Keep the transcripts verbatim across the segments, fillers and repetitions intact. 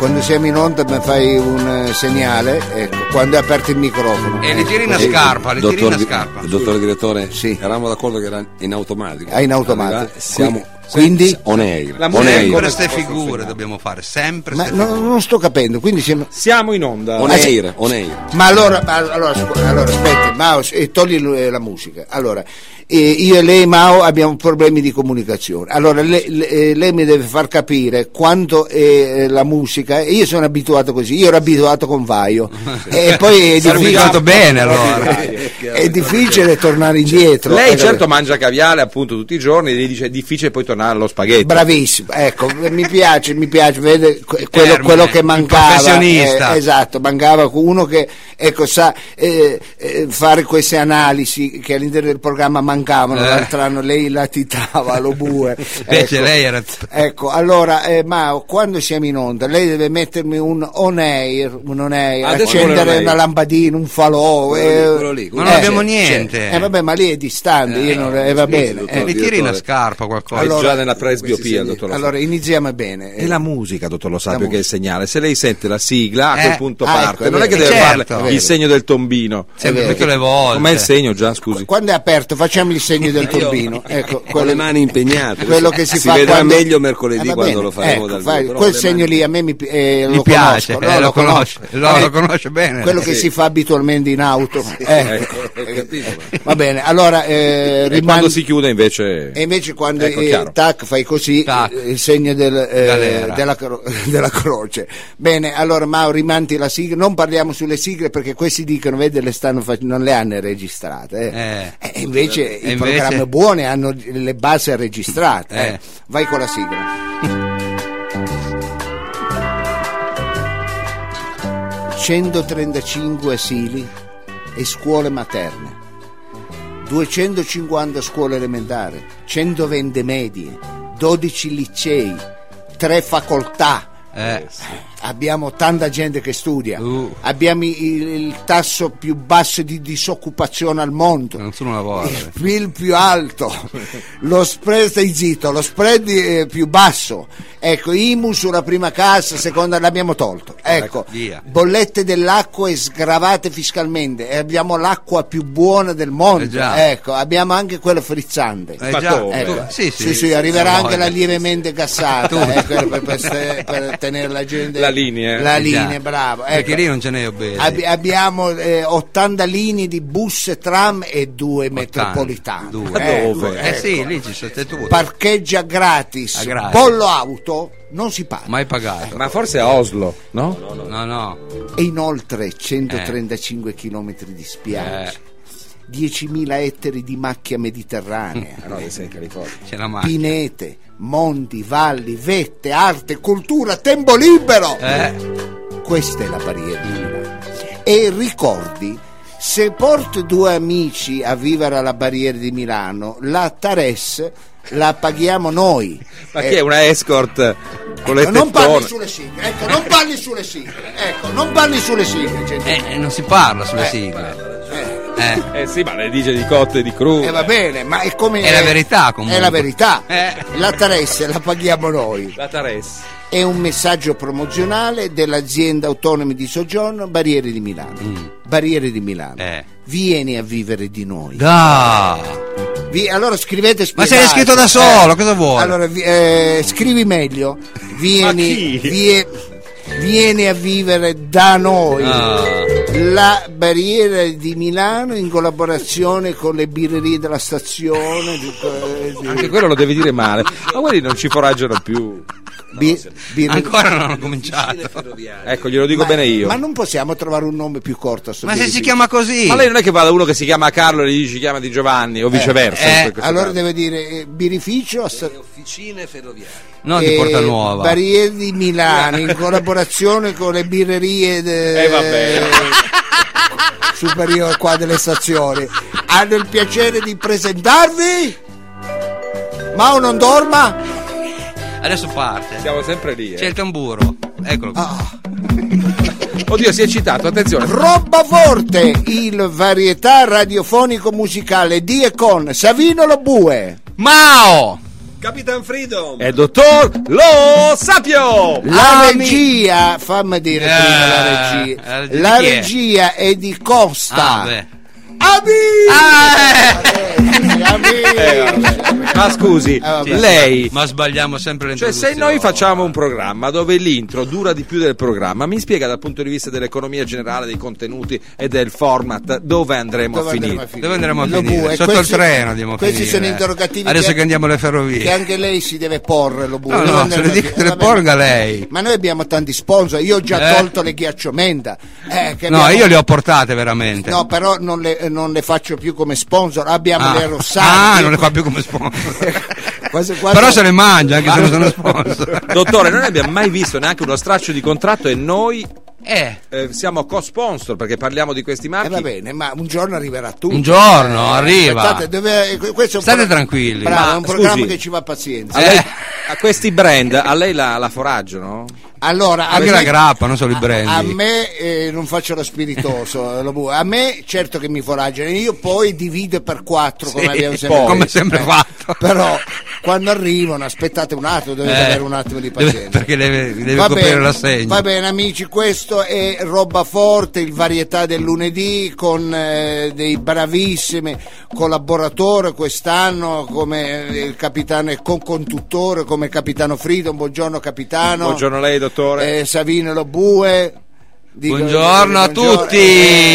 quando siamo in onda mi fai un uh, segnale, ecco, quando è aperto il microfono. E le tiri una scarpa, le tiri una scarpa. Dottore direttore, sì. Eravamo d'accordo che era in automatico. È in automatico. Allora, siamo quindi on air. La on sempre air. queste figure dobbiamo fare, sempre. Ma no, non sto capendo, quindi siamo, siamo in onda. On air, on air. Ma allora, ma, allora, allora aspetti, Mao, eh, togli la musica. Allora, eh, io e lei, Mao, abbiamo problemi di comunicazione. Allora, lei, lei, lei mi deve far capire quanto è la musica. Io sono abituato così, io ero abituato con Vaio. E poi è difficile, bene, allora. È difficile tornare indietro. Lei eh, certo mangia caviale appunto tutti i giorni e gli dice è difficile poi tornare allo spaghetto. Bravissimo, ecco, mi piace, mi piace, vede quello, Termine, quello che mancava, professionista. eh, esatto, mancava uno che ecco sa eh, eh, fare queste analisi che all'interno del programma mancavano, Eh. l'altro anno lei latitava lo bue. Invece ecco, lei era. ecco, allora eh, ma quando siamo in onda lei deve mettermi un on air, un on air, Adesso accendere vuole una lampadina, un falò, Quello lì, eh, quello lì, Ma quello non eh, abbiamo sì, niente. eh, vabbè, ma lì è distante, io non, eh, va bene. dottor eh. Mi tiri una scarpa, qualcosa. È allora- già nella presbiopia, dottor Lo Sapio. Allora iniziamo bene. È la musica, dottor Lo Sapio, La che è il segnale. Se lei sente la sigla, a Eh, quel punto ah, parte. ecco, è non è che vero. deve Eh, farle certo. il segno del tombino. Sempre È tutte vero. le volte. Com'è il segno già, scusi? Quando è aperto facciamo il segno del tombino, ecco, Con le quello, mani impegnate. quello che si, si fa vedrà quando... meglio mercoledì Eh, va quando bene, lo faremo ecco, dal vivo, fai- però quel le segno mani- lì a me mi, pi- eh, Mi lo piace, conosco, eh, no, lo conosce, lo- lo conosce bene. quello che Sì. si fa abitualmente in auto. Eh, Ecco, hai capito? va bene, allora eh, E rimane- quando si chiude invece... e invece quando Ecco, eh, chiaro. tac fai così, Tac. eh, il segno del, eh, Galera. della, cro- della croce. Bene, allora Mao rimanti la sigla, non parliamo sulle sigle perché questi dicono vedi le stanno fac- non le hanno registrate. Eh. Eh. E invece E i invece- programmi buoni hanno le basi registrate. eh. Eh. Vai con la sigla. centotrentacinque asili e scuole materne, duecentocinquanta scuole elementari, centoventi medie, dodici licei, tre facoltà. Eh, Abbiamo tanta gente che studia, Uh. abbiamo il, il tasso più basso di disoccupazione al mondo, non sono lavoro. il P I L più alto, lo spread, stai zitto, lo spread eh, più basso, ecco, I M U sulla prima casa, seconda l'abbiamo tolto, ecco, via. bollette dell'acqua e sgravate fiscalmente e abbiamo l'acqua più buona del mondo, Eh già. ecco, abbiamo anche quella frizzante. Eh Ma già, come? tu- Ecco. sì, Sì, sì, sì, arriverà sì, anche la voglia. lievemente gassata, Tutto. eh, per, per- per ste- per tenere la gente La linea. la Eh già. linea, bravo, Perché ecco. lì non ce n'è obesi. Abbi- abbiamo eh, ottanta linee di bus e tram e due metropolitane. Due. Ma Ecco, dove? Eh ecco. sì, lì ci sono tutti. Parcheggia gratis, A gratis. bollo auto non si paga. Mai pagato. Ma forse a Oslo, no? No, no. E inoltre centotrentacinque chilometri di spiagge, Eh. diecimila ettari di macchia mediterranea, Ah, no, sei in California. C'è la macchina. pinete, monti, valli, vette, arte, cultura, tempo libero. Eh. Questa è la barriera di Milano. E ricordi, se porti due amici a vivere alla barriera di Milano, la Tares la paghiamo noi. Ma Eh, chi è una escort con le ecco, non parli tettone? sulle sigle, ecco, non parli sulle sigle, ecco, non parli sulle sigle, gente. Eh, non si parla sulle Eh. sigle. Eh. Eh. Eh sì, ma le dice di cotte e di crude. Eh, va bene, ma è come È la verità, comunque. È la verità. Eh. La Tares la paghiamo noi. La Tares. È un messaggio promozionale dell'azienda autonoma di soggiorno Barriere di Milano. Barriere di Milano. Eh. Vieni a vivere di noi. Da. Vi- allora scrivete Ma spiegate. sei scritto da solo, cosa vuoi? Allora vi- eh, scrivi meglio. Vieni, Ma chi? vie- vieni a vivere da noi. Ah. La Barriera di Milano in collaborazione con le birrerie della stazione. di- eh, di- Anche quello lo devi dire male. Ma quelli non ci foraggiano più. bi- birre- Ancora non ho cominciato. Ecco, glielo dico bene io. Ma non possiamo trovare un nome più corto a sto Ma se si birrificio? chiama così. Ma lei non è che va da uno che si chiama Carlo e gli dice chiama di Giovanni o viceversa. eh, in questo Allora caso. deve dire eh, birrificio a sta- Officine ferroviarie. Non di eh, Porta Nuova. Barriere di Milano in collaborazione con le birrerie de- Eh, vabbè. superiore qua delle stazioni hanno il piacere di presentarvi Mao non dorma. Adesso parte. Siamo sempre lì. C'è Eh. il tamburo. Eccolo. qua. Ah. Oddio, si è citato, attenzione. Roba forte, il varietà radiofonico musicale di e con Savino Lobue, Mao! Capitan Freedom e dottor Lo Sapio. La Ami- regia, fammi dire Eh, prima la regia. la regia di La chi è? regia è di Costa. Ah, beh. Amici! Ah, Amici! Ma scusi, Eh, vabbè. lei, ma sbagliamo sempre cioè l'introduzione. se noi facciamo un programma dove l'intro dura di più del programma, mi spiega dal punto di vista dell'economia generale, dei contenuti e del format dove andremo Dove a andremo finire? a finire? Dove andremo a Lo finire? bue, Sotto questi- il treno andiamo a questi finire. sono interrogativi Adesso che- che andiamo alle ferrovie. Che anche lei si deve porre, lo bue. No, Dove no, andremo se le a dica- finire? se le Vabbè. porga lei. Ma noi abbiamo tanti sponsor, io ho già Eh. tolto le ghiacciomenda. Eh, che No, abbiamo- io le ho portate veramente. No, però non le, non le faccio più come sponsor, abbiamo Ah. le Rossari. Ah, Io- non le fa più come sponsor. Quasi- quasi- Però se le mangia anche se non sono sponsor. Dottore, non abbiamo mai visto neanche uno straccio di contratto e noi Eh, eh, siamo co-sponsor perché parliamo di questi Eh, marchi. va bene, ma un giorno arriverà tutto. un giorno arriva. Aspettate, dove- questo è un State pro- tranquilli. Bravo, Ma, è un programma scusi. che ci va pazienza. A, lei- Eh. a questi brand, a lei la, la foraggiano? Allora, a Anche me- la grappa, non solo i brandy. A, a me eh, non faccio lo spiritoso, lo bu- a me certo che mi foraggiano, io poi divido per quattro come Sì, abbiamo sempre poi. come detto. sempre Eh, fatto. Però quando arrivano aspettate un attimo, dovete Eh, avere un attimo di deve- pazienza. perché deve, deve Va coprire bene, l'assegno. va bene amici, questo è Roba Forte, il varietà del lunedì con eh, dei bravissimi collaboratori quest'anno come eh, il capitano e con-conduttore come Capitano Freedom. Buongiorno capitano. Buongiorno a lei, dottore. Eh, Savino Lo Bue. Dico- Buongiorno a buongiorno. tutti.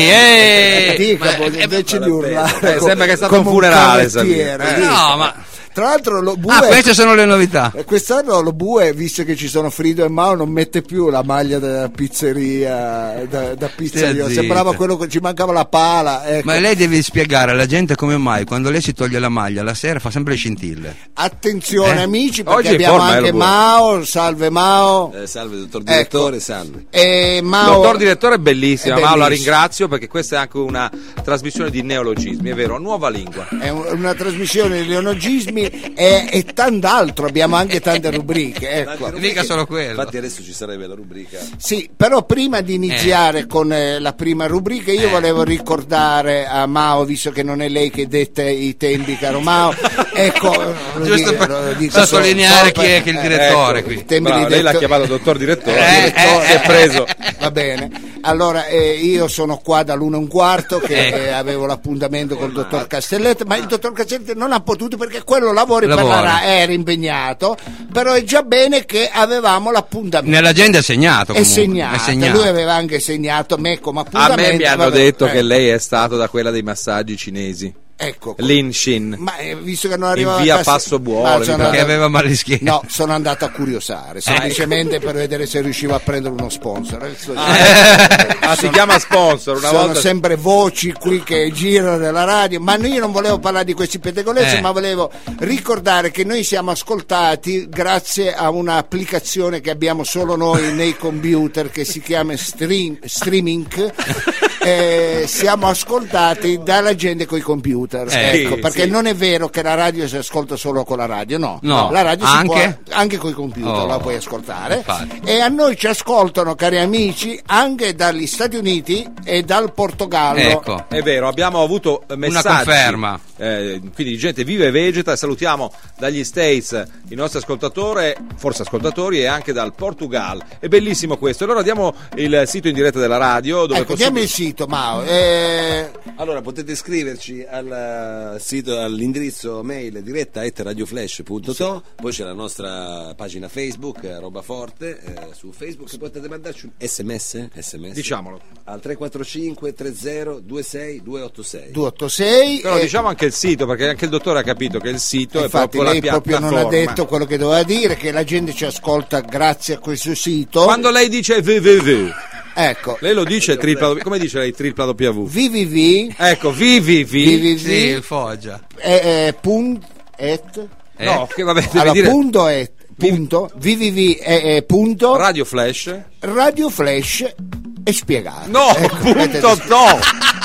Eh, Eh, dica, ma- poi, eh, invece di ma- urlare eh, sembra che è stato come un funerale, cavettiere, Savino. Eh, dica. no, ma- tra l'altro Lo Bue Ah, queste sono le novità. eh, quest'anno lo Bue, visto che ci sono Frido e Mao, non mette più la maglia della pizzeria da, da pizzeria. Stia Sembrava zitta. quello che ci mancava la pala. Ecco. Ma lei deve spiegare alla gente come mai quando lei si toglie la maglia la sera fa sempre le scintille. Attenzione Eh? amici, Oggi perché è in abbiamo forma, eh, anche lo Bue. Mao. Salve Mao. Eh, salve dottor Ecco. direttore, salve. E Mao. Dottor direttore è bellissima, È ma la bellissimo. ringrazio perché questa è anche una trasmissione di neologismi, è vero, nuova lingua. È un- una trasmissione di neologismi e, e tant'altro, abbiamo anche tante rubriche. Ecco. Mica solo quello. Infatti adesso ci sarebbe la rubrica. Sì, però prima di iniziare con eh, la prima rubrica io Eh. volevo ricordare a Mao, visto che non è lei che detta i tempi, caro Mao, ecco, lo Giusto dico- per lo dico sottolineare solo- chi è che è il eh, direttore Ecco, qui. tempi bravo, di lei l'ha detto- chiamato dottor direttore, Eh, direttore, eh, si è preso. Va bene, allora eh, io sono qua dall'uno e un quarto che Ecco. eh, avevo l'appuntamento col dottor Castelletto, ma il dottor Castelletto non ha potuto perché quello lavori per Lavora. la Rai, era impegnato, però è già bene che avevamo l'appuntamento. Nell'agenda è segnato È comunque. segnato. È segnato. Lui aveva anche segnato me come A appuntamento. me mi hanno vabbè, detto eh, che lei è stato da quella dei massaggi cinesi, ecco, Lin Shin. ma eh, visto che non arrivava In via a casa- Passo Buono, ma mi sono pare. Che andato- aveva mal di schiena. No, sono andato a curiosare, semplicemente per vedere se riuscivo a prendere uno sponsor. Adesso- Ah, si chiama sponsor una sono volta. sempre voci qui che girano nella radio, ma io non volevo parlare di questi pettegolezzi, Eh. ma volevo ricordare che noi siamo ascoltati grazie a un'applicazione che abbiamo solo noi nei computer che si chiama Stream, Streaming. Eh, siamo ascoltati dalla gente con i computer, Eh, ecco, sì, perché sì. non è vero che la radio si ascolta solo con la radio, no, No, la radio anche? si può anche con i computer, Oh, la puoi ascoltare, infatti. e a noi ci ascoltano, cari amici, anche dagli Stati Uniti e dal Portogallo. Ecco. È vero, abbiamo avuto eh, messaggi. conferma. Eh, quindi gente vive e vegeta. Salutiamo dagli States i nostri ascoltatori, forse ascoltatori, e anche dal Portugal. È bellissimo questo. Allora diamo il sito in diretta della radio dove Ecco, è diamo possibile- il sito, Mao. Eh, Allora potete scriverci al eh, sito, all'indirizzo mail diretta at radioflash punto to, poi c'è la nostra pagina Facebook, eh, Roba Forte, eh, su Facebook, e potete mandarci un sms, sms Diciamolo. al tre quattro cinque tre zero due sei due otto sei. due otto sei Però eh, diciamo anche il sito, perché anche il dottore ha capito che il sito è infatti proprio la lei proprio piattaforma. non ha detto quello che doveva dire, che la gente ci ascolta grazie a questo sito. Quando lei dice www, Ecco, lei lo dice tripla, come dice lei tripla W? www Ecco, www. www Sì, il Foggia. eh, eh, punt et Eh? No, che vabbè, devi allora, dire punto et punto www eh, eh, punto Radio Flash. Radio Flash è spiegato. No, Ecco, punto vedete- no.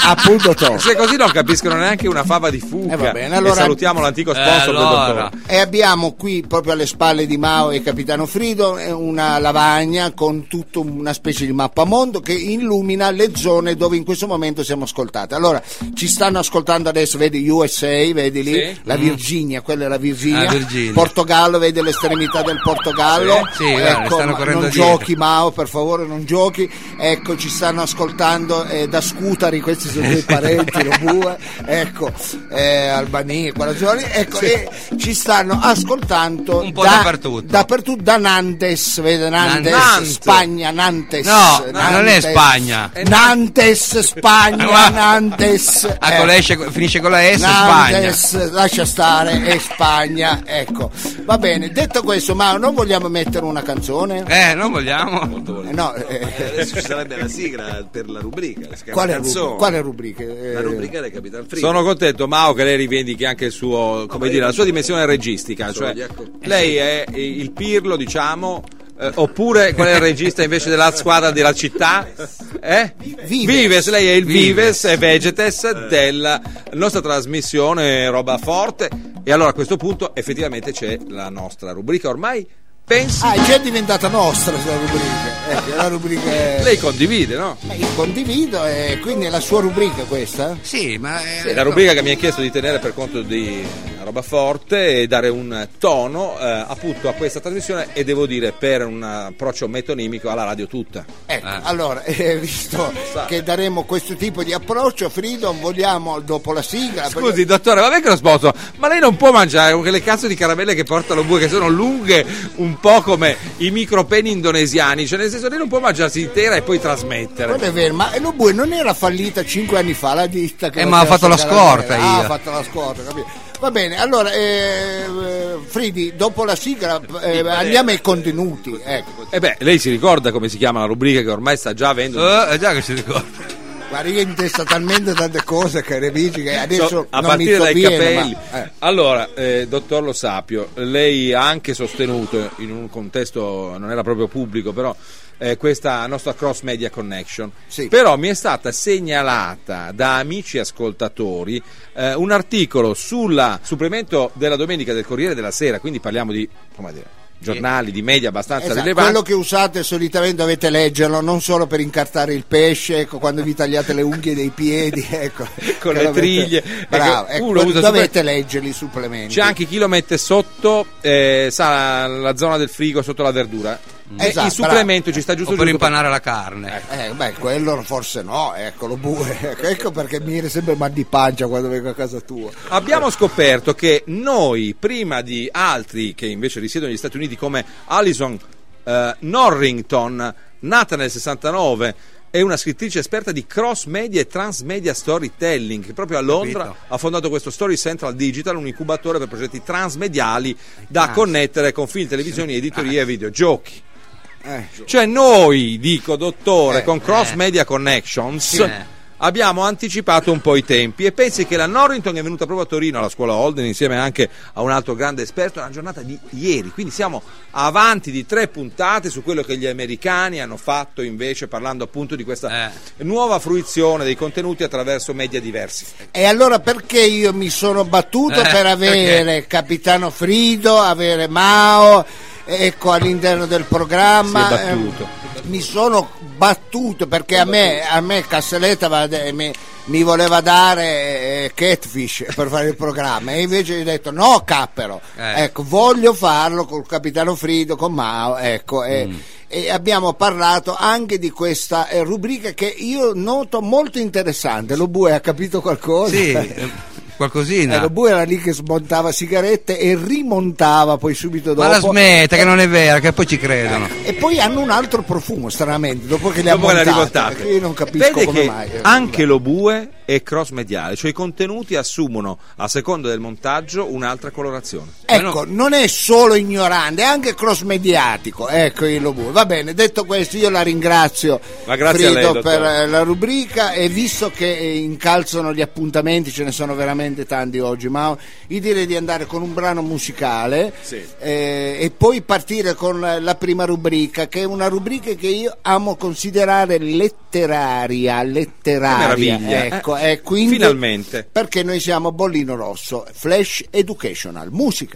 appunto to. Se così non capiscono neanche una fava di fuga. Eh, va bene, allora- E salutiamo l'antico sponsor Eh, del allora. dottore. E abbiamo qui proprio alle spalle di Mao e Capitano Frido eh, una lavagna con tutta una specie di mappamondo che illumina le zone dove in questo momento siamo ascoltati. Allora, ci stanno ascoltando adesso, vedi U S A, vedi lì, Sì. la Virginia, quella è la Virginia, Ah, Virginia. Portogallo, vedi l'estremità del Portogallo. Sì, sì, guarda, ecco, stanno ma correndo non dietro. giochi Mao, per favore non giochi. Ecco, ci stanno ascoltando eh, da Scutari, questi sono dei parenti, lo bue, ecco, eh, Albania, quella zona, ecco, e ci stanno ascoltando Un po' da, dappertutto. dappertutto, da Nantes, vede Nantes, Nantes. Spagna, Nantes. No, Nantes. non è Spagna. Nantes, Spagna, Ma- Nantes. Ah, eh. con la S- finisce con la S, Spagna. Nantes, lascia stare, è Spagna, ecco. Va bene, detto questo, ma non vogliamo mettere una canzone? Eh, non vogliamo. Eh, no, eh, Eh, adesso ci sarebbe la sigla per la rubrica. si chiama quale, Canzone. rubrica? quale rubrica? Eh, La rubrica del Capitan Frido. Sono contento, Mao, che lei rivendichi anche il suo, come ma dire, io- la sua dimensione registica. Sono Cioè, gli acco- lei è il Pirlo, diciamo. eh, oppure qual è il regista invece della squadra della città? Eh? Vives. lei è il Vives, Vives. e Vegetes della nostra trasmissione Roba Forte. E allora a questo punto effettivamente c'è la nostra rubrica. Ormai pensi, Ah, è già diventata nostra questa rubrica. Ecco, la rubrica è... lei condivide, no? Ma io condivido e quindi è la sua rubrica questa? Sì, ma è È la rubrica che mi ha chiesto di tenere per conto di Roba Forte e dare un tono eh, appunto a questa trasmissione, e devo dire per un approccio metonimico alla radio tutta. Ecco, Ah. allora, eh, visto che daremo questo tipo di approccio, Freedom, vogliamo dopo la sigla... Scusi dottore, vabbè che lo sposo, ma lei non può mangiare quelle cazzo di caramelle che portano bue, che sono lunghe un po' come i micropeni indonesiani, cioè nel senso lei non può mangiarsi intera e poi trasmettere. Quello è vero, ma lo bue non era fallita cinque anni fa la ditta che Eh, ma ha faceva fatto la sta scorta caramella? Ah, io. ha fatto la scorta, capito? Va bene, allora, eh, Fridi, dopo la sigla eh, andiamo ai contenuti. Ecco. E beh, lei si ricorda come si chiama la rubrica che ormai sta già avendo? Eh, già che si ricorda. Guarda, io in testa talmente tante cose, cari amici, che adesso So- a non partire mi dai sovviene, capelli. ma, eh. Allora, eh, dottor Lo Sapio, lei ha anche sostenuto in un contesto non era proprio pubblico, però eh, questa nostra cross media connection. Sì. Però mi è stata segnalata da amici ascoltatori eh, un articolo sul supplemento della domenica del Corriere della Sera, quindi parliamo di, come dire, giornali di media abbastanza Esatto, rilevanti. quello che usate solitamente dovete leggerlo, non solo per incartare il pesce, ecco, quando vi tagliate le unghie dei piedi, ecco, Con che le dovete- triglie. Bravo, Ecco, ecco, uno usa dovete super- leggerli i supplementi. C'è anche chi lo mette sotto, eh, sa, la zona del frigo sotto la verdura. E Esatto, il supplemento ci sta giusto O per giusto impanare la carne. Eh, beh, quello forse no, ecco, lo bue, ecco, ecco perché mi viene sempre mal di pancia quando vengo a casa tua. Abbiamo scoperto che noi, prima di altri che invece risiedono negli Stati Uniti come Alison eh, Norrington, nata nel sessantanove, è una scrittrice esperta di cross media e transmedia storytelling, che proprio a Londra Capito. ha fondato questo Story Central Digital, un incubatore per progetti transmediali da Ah, connettere con film, televisioni, editorie e videogiochi. Eh, Cioè noi, dico dottore, Eh, con Cross eh. Media Connections Sì. abbiamo anticipato un po' i tempi, e pensi che la Norrington è venuta proprio a Torino alla scuola Holden insieme anche a un altro grande esperto nella giornata di ieri, quindi siamo avanti di tre puntate su quello che gli americani hanno fatto invece, parlando appunto di questa Eh. nuova fruizione dei contenuti attraverso media diversi. E allora perché io mi sono battuto Eh, per avere perché? Capitano Frido, avere Mao, ecco, all'interno del programma. Si è battuto. Eh, mi sono battuto perché a me, a me Castelletta va- mi, mi voleva dare eh, Catfish per fare il programma, e invece gli ho detto no Cappero, Eh. ecco, voglio farlo col Capitano Frido, con Mao, ecco, e, Mm. e abbiamo parlato anche di questa eh, rubrica che io noto molto interessante. Lo Bue ha capito qualcosa? Sì, eh, qualcosina. Eh, lo Bue era lì che smontava sigarette e rimontava poi subito dopo. Ma la smetta, che non è vera, che poi ci credono. E poi hanno un altro profumo, stranamente, dopo che le ha Dopo che le ha montate, rimontate. perché io non capisco Vede come che mai. anche lo Bue è è cross mediale, cioè i contenuti assumono a seconda del montaggio un'altra colorazione. Ecco, non è solo ignorante, è anche cross mediatico. Ecco il Lo Bue. Va bene, detto questo, io la ringrazio, Ma grazie Frido, a lei, per dottore. la rubrica, e visto che incalzano gli appuntamenti, ce ne sono veramente tanti oggi, ma io direi di andare con un brano musicale, Sì. eh, e poi partire con la prima rubrica, che è una rubrica che io amo considerare letteraria, letteraria. Che meraviglia. Ecco, Eh, e quindi finalmente. perché noi siamo Bollino Rosso, Flash Educational, musica.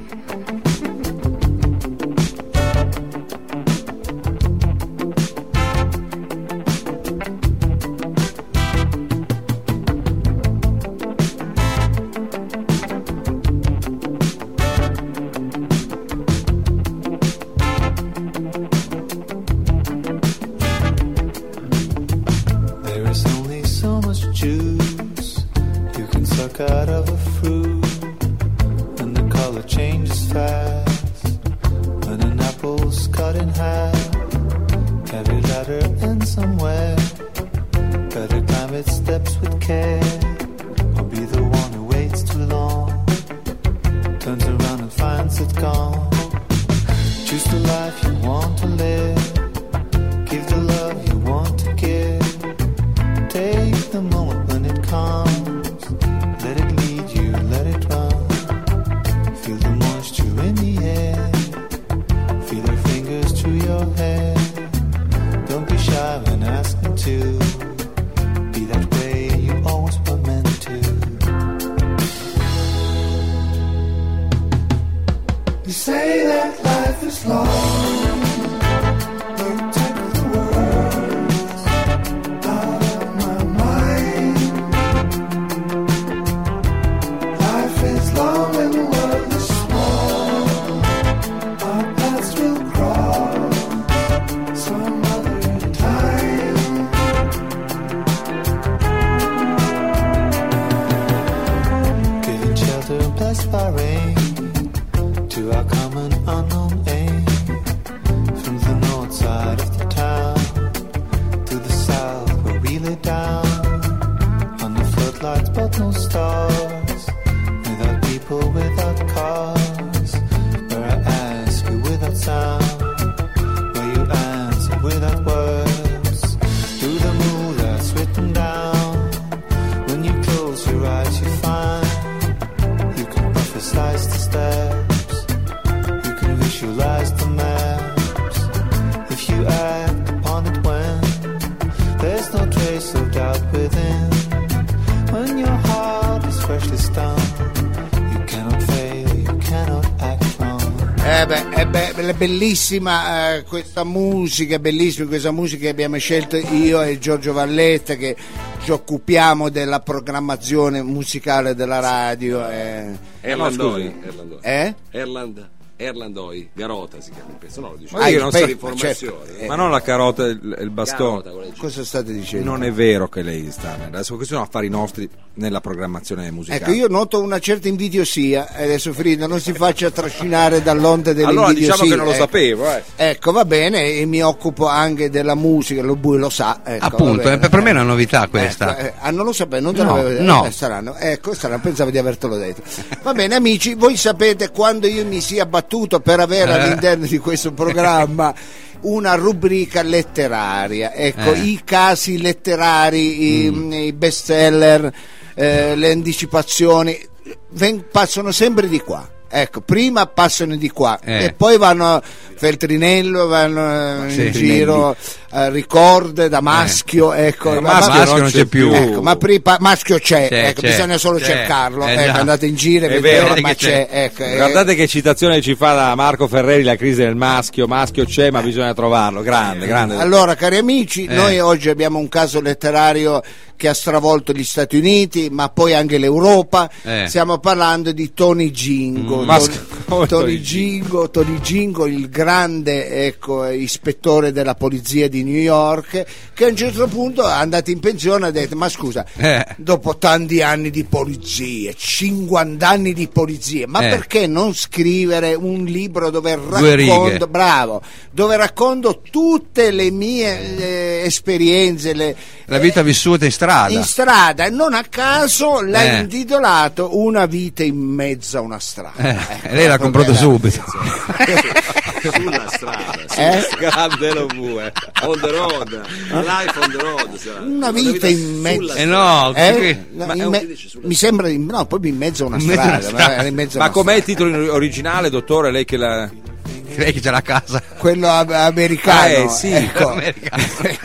There is only so much juice you can suck out of a fruit, and the color changes fast when an apple's cut in half. Every ladder ends somewhere. Better climb its steps with care, or be the one who waits too long, turns around and finds it gone. Choose the life you want to live, give the love you want to give. Take the moment when it comes, let it lead you, let it run. Feel the moisture in the air, feel her fingers through your hair. Don't be shy when asking to be that way you always were meant to. You say that life is long. You took the words out of my mind. Life is long and the world is small. Our paths will cross some other time. Giving shelter, blessed by rain, to our common unknown aim. From the north side of the town to the south where we lay down on the floodlights but no stars, without people, without cars. Where I ask you without sound, where you answer without words. Through the mood that's written down, when you close your eyes you find you can prophesize the steps, you can visualize the maps. If you act upon it when there's no trace of doubt within, when your heart is freshly stung, you cannot fail, you cannot act wrong. Eh beh, eh beh, è bellissima eh, questa musica, bellissima questa musica che abbiamo scelto io e Giorgio Valletta, che ci occupiamo della programmazione musicale della radio. Eh. Erlandoi, Erlandoi. Eh? Erland, Erlandoi, Garota si chiama il pezzo, no, lo dicevo. Ma io non non so so- informazioni. certo, eh. Ma non la carota e il, il bastone. Garota, con le G. Cosa state dicendo? Non è vero che lei sta adesso, questi sono affari nostri nella programmazione musicale. Ecco, io noto una certa invidiosia, adesso Frida non si faccia trascinare dall'onda Allora dell'invidiosia. diciamo che non lo ecco. sapevo, eh. Ecco, va bene, e mi occupo anche della musica, lo Bue lo sa. Ecco, Appunto, va bene. eh, per me è una novità questa. Ecco, eh, ah, non lo sapevo, non te No, l'avevo detto. no. Eh, saranno, ecco, saranno, pensavo di avertelo detto. Va bene, amici, voi sapete quando io mi sia battuto per avere Eh. all'interno di questo programma una rubrica letteraria, ecco, Eh. i casi letterari, Mm. i, i bestseller, eh, le anticipazioni ven- passano sempre di qua. Ecco, prima passano di qua Eh. e poi vanno Feltrinello, vanno eh, Sì. in giro eh, ricorde da maschio, ecco, Eh, ma- maschio ma- Maschio non c'è più. ecco, ma prima maschio c'è, C'è, ecco, c'è, bisogna solo c'è. cercarlo, Eh, ecco, già. andate in giro e È vedete, vero. ma Che c'è, c'è. ecco, eh, Guardate che citazione ci fa da Marco Ferreri, la crisi del maschio. Maschio c'è, ma bisogna trovarlo. Grande, grande. Allora, cari amici, Eh. noi oggi abbiamo un caso letterario che ha stravolto gli Stati Uniti, ma poi anche l'Europa. Eh. Stiamo parlando di Tony Gingo. Mm. Ma Tony, sc- come Tony Tony Gingo, Tony Gingo, il grande ecco, ispettore della polizia di di New York, che a un certo punto è andato in pensione e ha detto: ma scusa, Eh. dopo tanti anni di polizie, cinquanta anni di polizie, ma Eh. perché non scrivere un libro dove Due righe. racconto, bravo, dove racconto tutte le mie eh, esperienze, le, La vita vissuta in strada. in strada, e non a caso l'ha Eh. intitolato Una vita in mezzo a una strada. Eh, Ecco, e lei l'ha comprato era- subito. Sulla strada, Eh? Grande lo bue. on the road, life on the road. sarà. Una vita in mezzo. sulla Eh no, Eh? che- No, Ma in è un me- che dice sulla mi sembra di, no, proprio in mezzo a una In mezzo a una strada, strada. ma, in mezzo a Ma una com'è il strada. titolo in- originale, dottore? Lei che la. lei che c'è la casa. Quello am- americano. Ah, eh, sì, ecco. americano.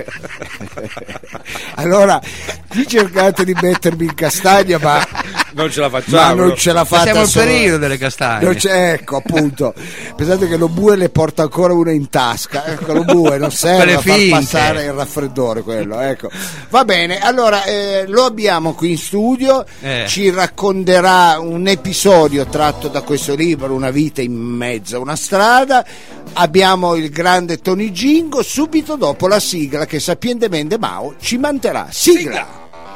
Allora, qui cercate di mettermi in castagna, ma, Non ce la ma facciamo. non ce la fate. Siamo al solo- periodo delle castagne. Non c'è- ecco, appunto. Pensate che lo bue le porta ancora una in tasca. Ecco, lo bue non serve Quelle a far finte. passare il raffreddore, quello. Ecco. Va bene, allora eh, lo abbiamo qui in studio. Eh. Ci racconterà un episodio tratto da questo libro, Una vita in mezzo a una strada. Abbiamo il grande Tony Gingo. Subito dopo la sigla che sapientemente Mao ci manterrà. Sigla.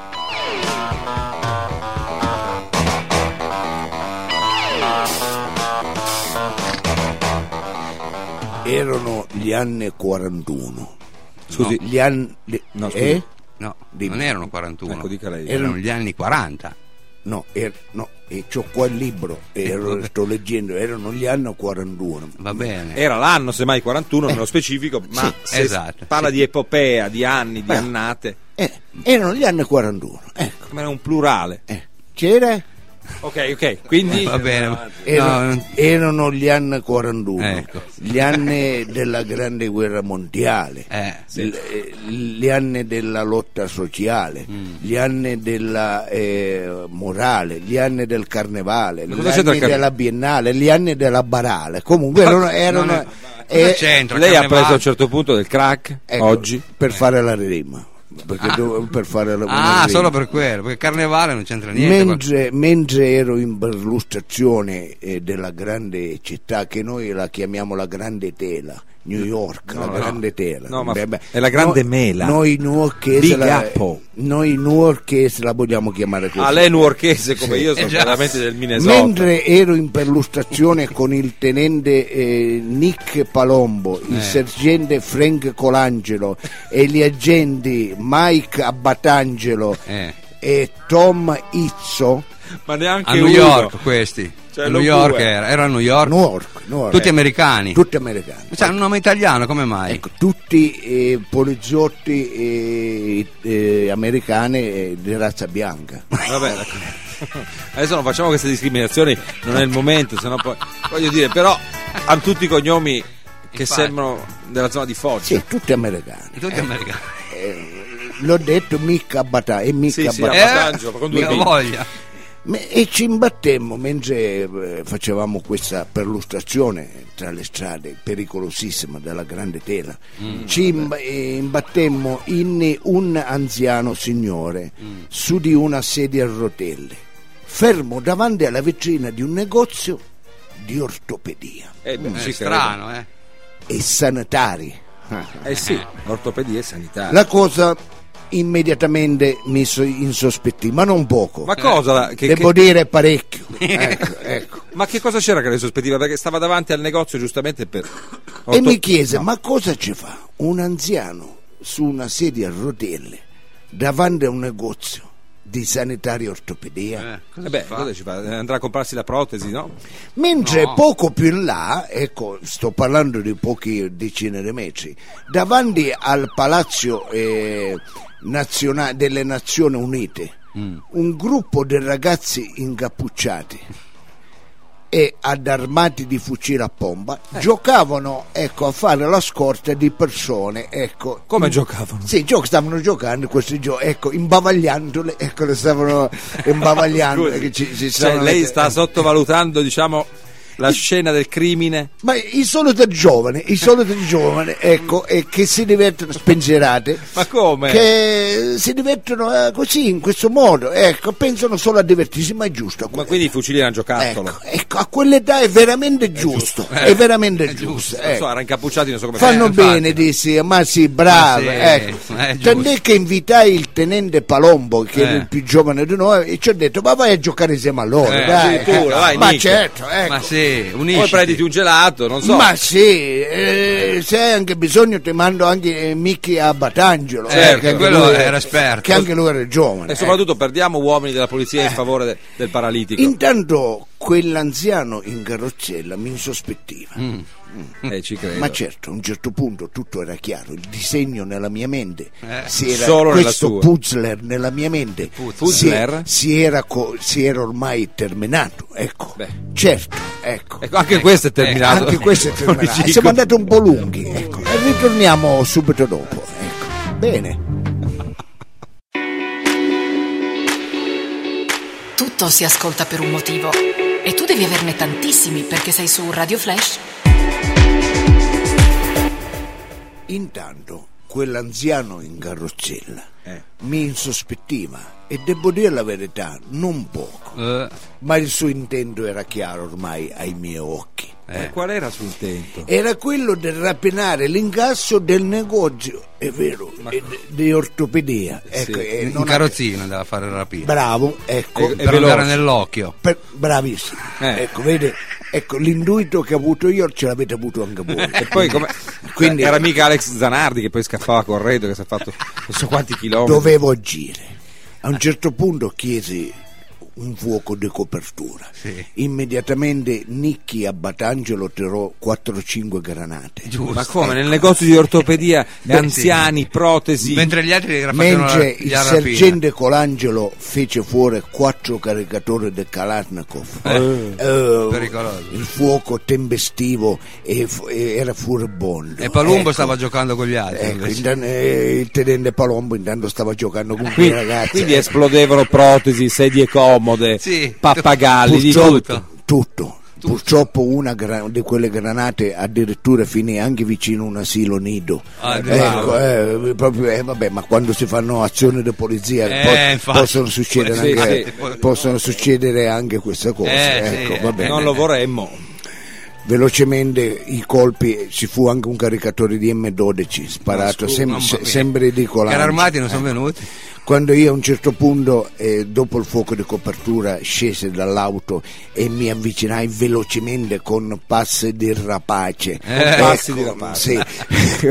Erano gli anni quarantuno. Scusi. Gli anni. No, scusi. eh? No, Dimmi. non erano quarantuno. Ecco, dica lei. Erano gli anni quaranta. No, er- no, e c'ho qua il libro, ero- sto leggendo, erano gli anni quarantuno. Va bene. Era l'anno, semmai quarantuno, nello specifico, ma se esatto, parla sì. di epopea, di anni, di Beh. annate, Eh, erano gli anni quarantuno, ecco. come era un plurale. Eh. C'era? Ok, ok, quindi Va bene. Erano, No, non- erano gli anni quarantuno, Ecco. gli anni della grande guerra mondiale, eh, l- eh, gli anni della lotta sociale, Mm. gli anni della eh, morale, gli anni del carnevale, Ma gli cosa c'entra anni il carne- della biennale, gli anni della barale. Comunque erano, erano non è- eh, cosa c'entra? lei ha Carnevale? preso a un certo punto del crack ecco, oggi. per fare la rima, perché dovevo- per fare la una Ah, rima. solo per quello, perché carnevale non c'entra niente. Mentre, mentre ero in perlustrazione eh, della grande città che noi la chiamiamo la grande tela, New York, No, la no. grande tela. No, ma Beh, beh, è la grande noi- mela. Noi newyorkesi Big la, Apple. noi newyorkesi la vogliamo chiamare così. A lei newyorkese come Sì. io sono Eh, già. veramente del Minnesota. Mentre ero in perlustrazione con il tenente eh, Nick Palombo, il Eh. sergente Frank Colangelo e gli agenti Mike Abbatangelo Eh. e Tom Izzo, Ma neanche A New uno. York questi. Cioè, a lo New York bue. era, era a New York. New York, New York, Tutti eh, americani. tutti americani. Cioè, un nome italiano, come mai? Ecco, tutti eh, poliziotti eh, eh, americani eh, di razza bianca. Vabbè, d'accordo. Adesso non facciamo queste discriminazioni, non è il momento, sennò poi voglio dire, però hanno tutti i cognomi che Infatti. sembrano della zona di Foggia. Sì, tutti americani. Tutti americani. Eh, l'ho detto mica Abbatà e mica Sì, sì, Abbatà. Abbatangelo, ma con due mica B. voglia. Me- E ci imbattemmo mentre eh, facevamo questa perlustrazione tra le strade pericolosissime della grande tela. Ci imb- eh, imbattemmo in un anziano signore su di una sedia a rotelle, fermo davanti alla vetrina di un negozio di ortopedia Eh, beh, È sì, strano, eh. e sanitari. credo. Eh sì, ortopedia e sanità. La cosa immediatamente mi so- insospettì, ma non poco. Ma cosa? Che, Devo che- dire parecchio. Ecco, ecco. ma che cosa c'era che le sospettiva? Perché stava davanti al negozio giustamente per... E orto- mi chiese, no. ma cosa ci fa un anziano su una sedia a rotelle davanti a un negozio di sanitaria ortopedia? Eh, cosa Eh beh, si fa? cosa ci fa? Andrà a comprarsi la protesi, no? Mentre No. poco più in là, ecco, sto parlando di pochi decine di metri, davanti al palazzo eh, naziona- delle Nazioni Unite, Mm. un gruppo di ragazzi incappucciati e ad armati di fucile a pompa giocavano, ecco, a fare la scorta di persone, ecco. Come in- giocavano? Sì, gio- stavano giocando questi giochi, ecco, imbavagliandole, ecco, le stavano imbavagliando. Scusi, che ci- ci cioè, stavano lei mette- sta sottovalutando, diciamo, la scena del crimine. Ma i soliti giovani, i soliti giovani, ecco, e che si divertono spensierate. Ma come? Che si divertono eh, così, in questo modo, ecco, pensano solo a divertirsi, ma è giusto. Ma quindi i fucili erano giocattolo. Ecco, ecco, a quell'età è veramente giusto, giusto. è veramente È giusto. giusto. Non ecco. so, erano incappucciati, non so come Fanno Eh, bene, infatti. dissi, ma sì, bravo, Ma sì, ecco. è giusto. Tant'è che invitai il tenente Palombo, che era Eh. il più giovane di noi, e ci ho detto, ma vai a giocare insieme a loro, Eh, dai. addirittura, vai, ma Nico. certo, ecco. Ma sì, unisci. Poi prenditi un gelato, non so. Ma sì, eh, se hai anche bisogno ti mando anche eh, Mickey a Batangelo, Certo, che anche quello lui- era esperto. che anche lui era giovane. E soprattutto perdiamo uomini della polizia in favore de- del paralitico. Intanto quell'anziano in carrozzella mi insospettiva. Eh, ci credo. Ma certo, a un certo punto tutto era chiaro, il disegno nella mia mente, Eh, si era, solo nella questo sua. puzzler nella mia mente Puzzler? Si, si, era co- si era ormai terminato, ecco, Beh. certo, ecco. Ecco, anche questo è terminato. Anche questo è terminato. Cico. Siamo andati un po' lunghi, ecco, e ritorniamo subito dopo, ecco. Bene. Tutto si ascolta per un motivo e tu devi averne tantissimi perché sei su Radio Flash. Intanto quell'anziano in carrozzella Eh. mi insospettiva e devo dire la verità, non poco, Eh, ma il suo intento era chiaro ormai ai miei occhi. Eh, qual era il suo intento? Era quello di rapinare l'incasso del negozio, è vero, e di- di ortopedia. Ecco, e in non carrozzina andava a fare la rapina. Bravo, ecco. E- per veloce. andare nell'occhio. Per- bravissimo. Eh. Ecco, vede, ecco, l'intuito che ho avuto io ce l'avete avuto anche voi. E poi come... Quindi- era mica Alex Zanardi che poi scappava correndo, che si è fatto non so quanti chilometri. Dovevo agire. A un certo punto chiesi un fuoco di copertura. Sì. Immediatamente Nicchi a Batangelo tirò quattro cinque granate. Giusto. Ma come? Nel negozio di ortopedia, anziani, protesi. Mentre gli altri facevano la, Mentre gli il rapina. sergente Colangelo fece fuori quattro caricatori del Kalashnikov. Eh, pericoloso. il fuoco tempestivo e, fu- e era furibondo. E Palumbo Ecco. stava giocando con gli altri. Ecco, invece. intanto, eh, il tenente Palombo intanto stava giocando con quei Quindi, ragazzi. quindi esplodevano protesi, sedie comode, Sì. pappagalli, di Purtroppo, tutto. tutto. Purtroppo una gra- di quelle granate addirittura finì anche vicino a un asilo nido. Ah, ecco, eh, proprio, eh, vabbè, ma quando si fanno azioni di polizia Eh, po- infatti. possono, succedere Sì, anche, sì. possono succedere anche queste cose. Eh, sì, ecco, eh. vabbè. Non lo vorremmo. Velocemente i colpi, ci fu anche un caricatore di emme dodici sparato, sem- mamma se- mia. sempre di Che Colangelo. erano armati non sono venuti. Quando io a un certo punto, eh, dopo il fuoco di copertura, scesi dall'auto e mi avvicinai velocemente con passi di rapace, Eh, passi di rapace. sì,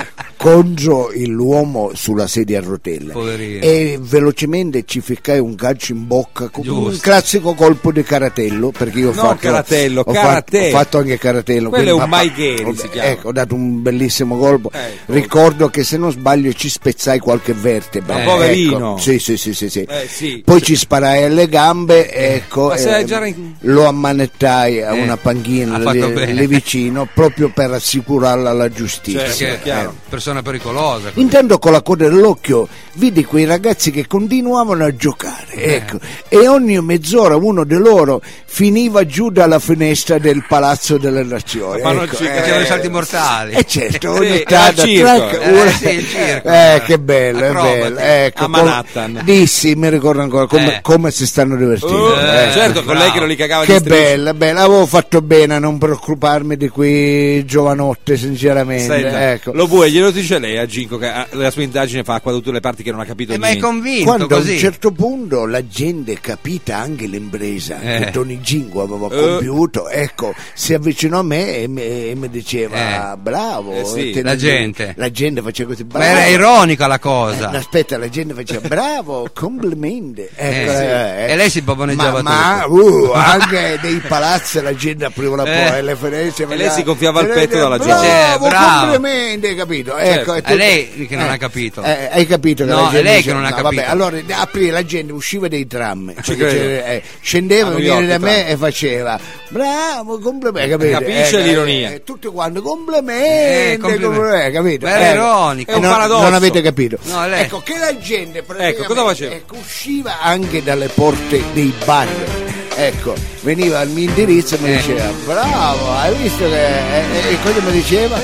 contro l'uomo sulla sedia a rotelle. Poverino. E velocemente ci ficcai un calcio in bocca, come un Giusto. classico colpo di caratello, perché io ho Non fatto, caratello, ho karate. fatto, ho fatto anche caratello. Quello è quindi un ma- Maigeri, ho- si chiama. Ecco, ho dato un bellissimo colpo. Ecco. Ricordo che se non sbaglio ci spezzai qualche vertebra. Ma Ecco. poverino. Sì, sì, sì, sì, sì. Eh, sì. Poi ci sparai alle gambe, ecco, Ma se eh, già in- lo ammanettai a Eh, una panchina ha lì, fatto bene. lì vicino, proprio per assicurarla alla giustizia. Certo. Perché chiaro. è persona pericolosa. Intanto con la coda dell'occhio vidi quei ragazzi che continuavano a giocare, ecco, e ogni mezz'ora uno di loro finiva giù dalla finestra del Palazzo delle Nazioni. Ma non ecco, ci eh, Facevano i salti mortali. eh certo, Sì, ogni era tanto, al circo. trac, Eh, una- sì, il circo. eh, che bello, è Acrobati. bello, ecco, A Manhattan. com- dissi, mi ricordo ancora come, Eh. come si stanno divertendo. Oh, ecco. certo, con bravo. lei che non li cagava di Che strisce. bella, bella, avevo fatto bene a non preoccuparmi di quei giovanotte, sinceramente. Senta, Ecco. lo vuoi, glielo dice lei a Ginco che ah, la sua indagine fa qua da tutte le parti che non ha capito Eh, ma è niente. convinto Quando a così. un certo punto la gente, capita anche l'impresa Eh. che Tony Gingo aveva Eh. compiuto, ecco, si avvicinò a me e mi, e mi diceva Eh. bravo. Eh sì, tenendo- la gente. La gente faceva così, Ma bravo. era ironica la cosa. Eh, aspetta, la gente faceva bravo, complimenti. Ecco, Eh, sì. eh, E lei si pavoneggiava ma, ma uh, anche dei palazzi la gente apriva la Eh. porta e le finestre. E lei faceva- si gonfiava il petto dalla bravo, gente. Dice, bravo. complimenti, hai capito? Certo. Ecco, e È lei che non ha capito. eh, hai capito che No, la gente è lei dice- che non ha no, capito. Vabbè, allora aprì la gente, usciva dei tram, perché credo. c'era- eh, scendeva, A New veniva York, da me tram. e faceva bravo, complimenti, capito? Capisce l'ironia. eh, tutti quanti Eh, complimenti, complimenti. complimenti, capito? Ma era ironico. e È un non, paradosso. non avete capito. No, lei- Ecco che la gente praticamente, cosa faceva? ecco, usciva anche dalle porte dei bar ecco, veniva al mio indirizzo e mi diceva bravo, hai visto che e, e cosa mi diceva?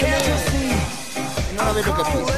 Non avevo capito.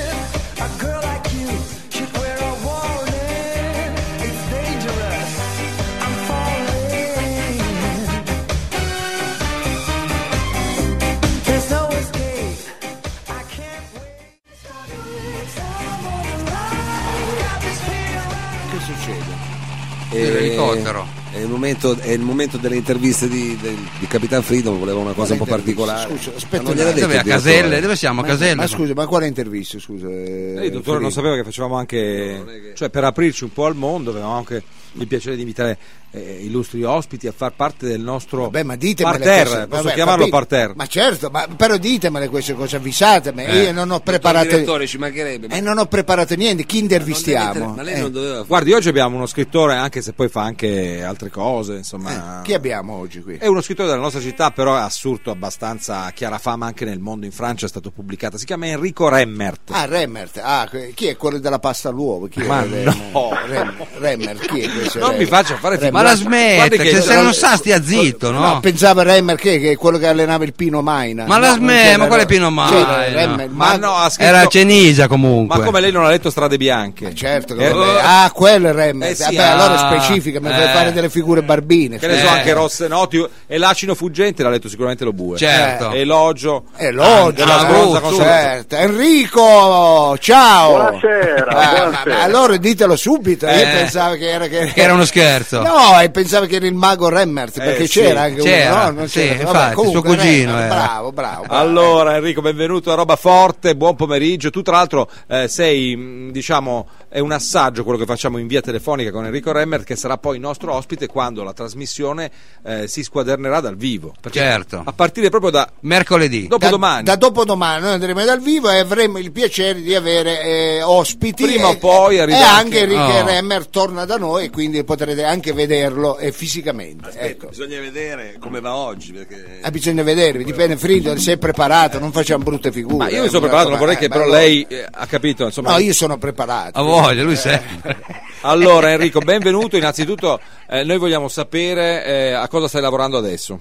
Che succede? L'elicottero. È il momento, è il momento delle interviste di, di, di Capitan Freedom, voleva una cosa un po' particolare. Scusa, aspetta, Ma non gliel'ha detto Dove a il direttore? Caselle? Dove siamo? A Ma, Caselle? ma scusa, ma quale intervista? Scusa, Eh, il dottore non sapeva che facevamo anche, cioè per aprirci un po' al mondo, avevamo anche il piacere di invitare eh, illustri ospiti a far parte del nostro Vabbè, ma ditemele parterre, queste- posso vabbè, chiamarlo capito. parterre? Ma certo, ma però ditemele queste cose, avvisatemi. Eh. Io non ho Il preparato direttore ci mancherebbe. e non ho preparato niente. Chi intervistiamo? Ma lei Eh. non doveva fare. Guardi, oggi abbiamo uno scrittore, anche se poi fa anche altre cose, insomma. Eh, chi abbiamo oggi qui? È uno scrittore della nostra città, però ha assurto abbastanza chiara fama anche nel mondo. In Francia è stato pubblicato. Si chiama Enrico Remmert. Ah, Remmert. Ah, que- chi è quello della pasta all'uovo? Chi è Ma Remmert? no. Remmert, Remmert, chi è questo? Non mi Remmert? faccia fare Remmert. Ma la Guardi smette, che- che se non sa stia zitto, no? No, pensavo Remmert che, che è quello che allenava il Pino Maina. Ma la No, sme- non c'era- ma quale Pino Maina? c'era Remmert, Ma no, ha scritto- Era Cenisa comunque. Ma come lei non ha letto Strade Bianche? Certo, che Eh, vabbè. Ah, quello è Remmert. Eh sì, Vabbè, ah, allora è specifica, mi fai eh. fare delle figure barbine. Che ne so, Eh. anche Rosse Noti e L'acino fuggente l'ha letto sicuramente lo Bue. Certo. Eh, Elogio. Eh, l'odio, Ah, la brutta, cosa, tu. certo. Enrico, ciao. Buonasera, Eh, ma- buonasera. ma allora ditelo subito. Io Eh. pensavo che era, che... Che era uno scherzo. No, e pensavo che era il mago Remmert, perché sì, c'era anche c'era, uno, no? Non sì, c'era. infatti, Vabbè, comunque, suo cugino Remmert, era. bravo, bravo, bravo. Allora Enrico, benvenuto a Roba Forte, buon pomeriggio. Tu tra l'altro eh, sei, mh, diciamo, è un assaggio quello che facciamo in via telefonica con Enrico Remmert, che sarà poi il nostro ospite quando la trasmissione eh, si squadernerà dal vivo. Perché Certo. a partire proprio da Mercoledì. dopodomani. Da, da dopodomani noi andremo dal vivo e avremo il piacere di avere eh, ospiti. Prima e, o poi e arriva anche anche- Enrico Oh. Remmert torna da noi e quindi potrete anche vederlo eh, fisicamente. Aspetta, Ecco. bisogna vedere come va oggi perché Ah, bisogna vedere, dipende Frido, se è preparato, non facciamo brutte figure. Ma io mi eh, sono preparato, non vorrei eh, che ma però allora- lei eh, ha capito, insomma. No, io sono preparato. A voglia, lui sempre. Allora Enrico, benvenuto. Innanzitutto eh, noi vogliamo sapere eh, a cosa stai lavorando adesso.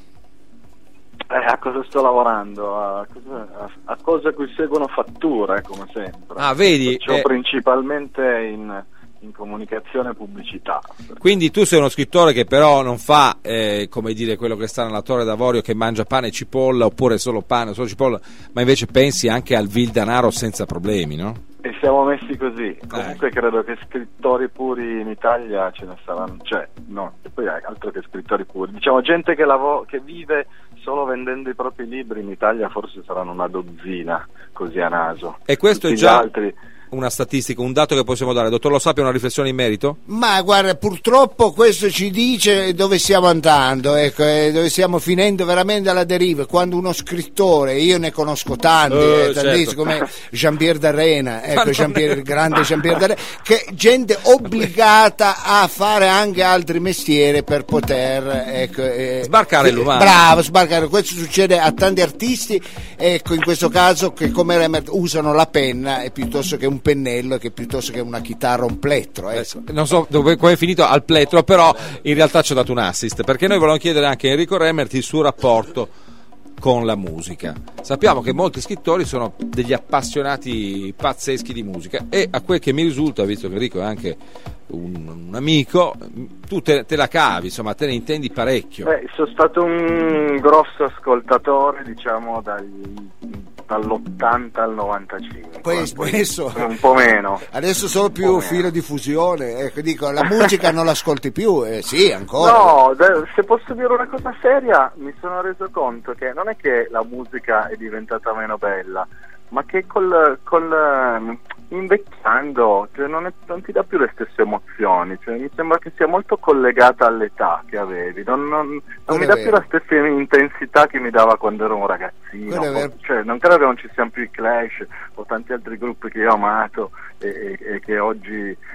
Eh, a cosa sto lavorando? A, cosa- a- a cose a cui seguono fatture, come sempre. Ah, vedi, Faccio eh, principalmente in, in comunicazione e pubblicità. Quindi tu sei uno scrittore che però non fa, eh, come dire, quello che sta nella Torre d'Avorio, che mangia pane e cipolla, oppure solo pane o solo cipolla, ma invece pensi anche al vil denaro senza problemi, no? E siamo messi così. Comunque credo che scrittori puri in Italia ce ne saranno, cioè, no, e poi altro che scrittori puri. Diciamo, gente che, lavo- che vive solo vendendo i propri libri in Italia forse saranno una dozzina, così a naso. E questo è Tutti gli già altri... una statistica, un dato che possiamo dare. Dottor Lo Sapio, una riflessione in merito? Ma guarda, purtroppo questo ci dice dove stiamo andando, ecco, e dove stiamo finendo veramente alla deriva. Quando uno scrittore, io ne conosco tanti, Eh, eh, tantissimi, certo. come Jean-Pierre D'Arena, Ma ecco, non Jean-Pierre, è- il grande Jean-Pierre D'Arena, che gente obbligata a fare anche altri mestieri per poter ecco, eh, Sbarcare eh, l'umano. Bravo, sbarcare. Questo succede a tanti artisti, ecco, in questo caso che come Remmert usano la penna e piuttosto che un pennello, che piuttosto che una chitarra o un plettro, ecco. Non so dove come è finito al plettro, però in realtà ci ho dato un assist, perché noi volevamo chiedere anche a Enrico Remmert il suo rapporto con la musica. Sappiamo che molti scrittori sono degli appassionati pazzeschi di musica, e a quel che mi risulta, visto che Enrico è anche un, un amico, tu te, te la cavi, insomma, te ne intendi parecchio. Beh, sono stato un grosso ascoltatore, diciamo, dagli, dall'ottanta al novantacinque. Poi hai smesso. Un po' meno. Adesso solo Un più po' filo meno. diffusione, ecco, dico, la musica non l'ascolti più, eh, sì, ancora. No, de- se posso dire una cosa seria, mi sono reso conto che non è che la musica è diventata meno bella, ma che col, col ehm, invecchiando, cioè non, è- non ti dà più le stesse emozioni, cioè mi sembra che sia molto collegata all'età che avevi, non, non- non Quello mi è dà più vero. la stessa intensità che mi dava quando ero un ragazzino. Quello è vero. Cioè, non credo che non ci siano più i Clash o tanti altri gruppi che io ho amato e, e- e che oggi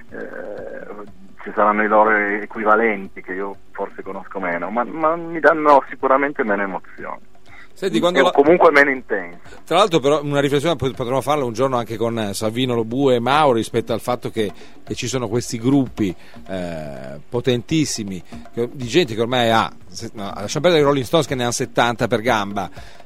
eh, ci saranno i loro equivalenti che io forse conosco meno, ma, ma mi danno sicuramente meno emozioni. Senti, quando e la- comunque meno intenso. Tra l'altro, però, una riflessione pot- potremmo farla un giorno anche con eh, Salvino Lobue e Mauro rispetto al fatto che, che ci sono questi gruppi eh, potentissimi che- di gente che ormai ha, se- no, lasciamo perdere i Rolling Stones che ne hanno settanta per gamba,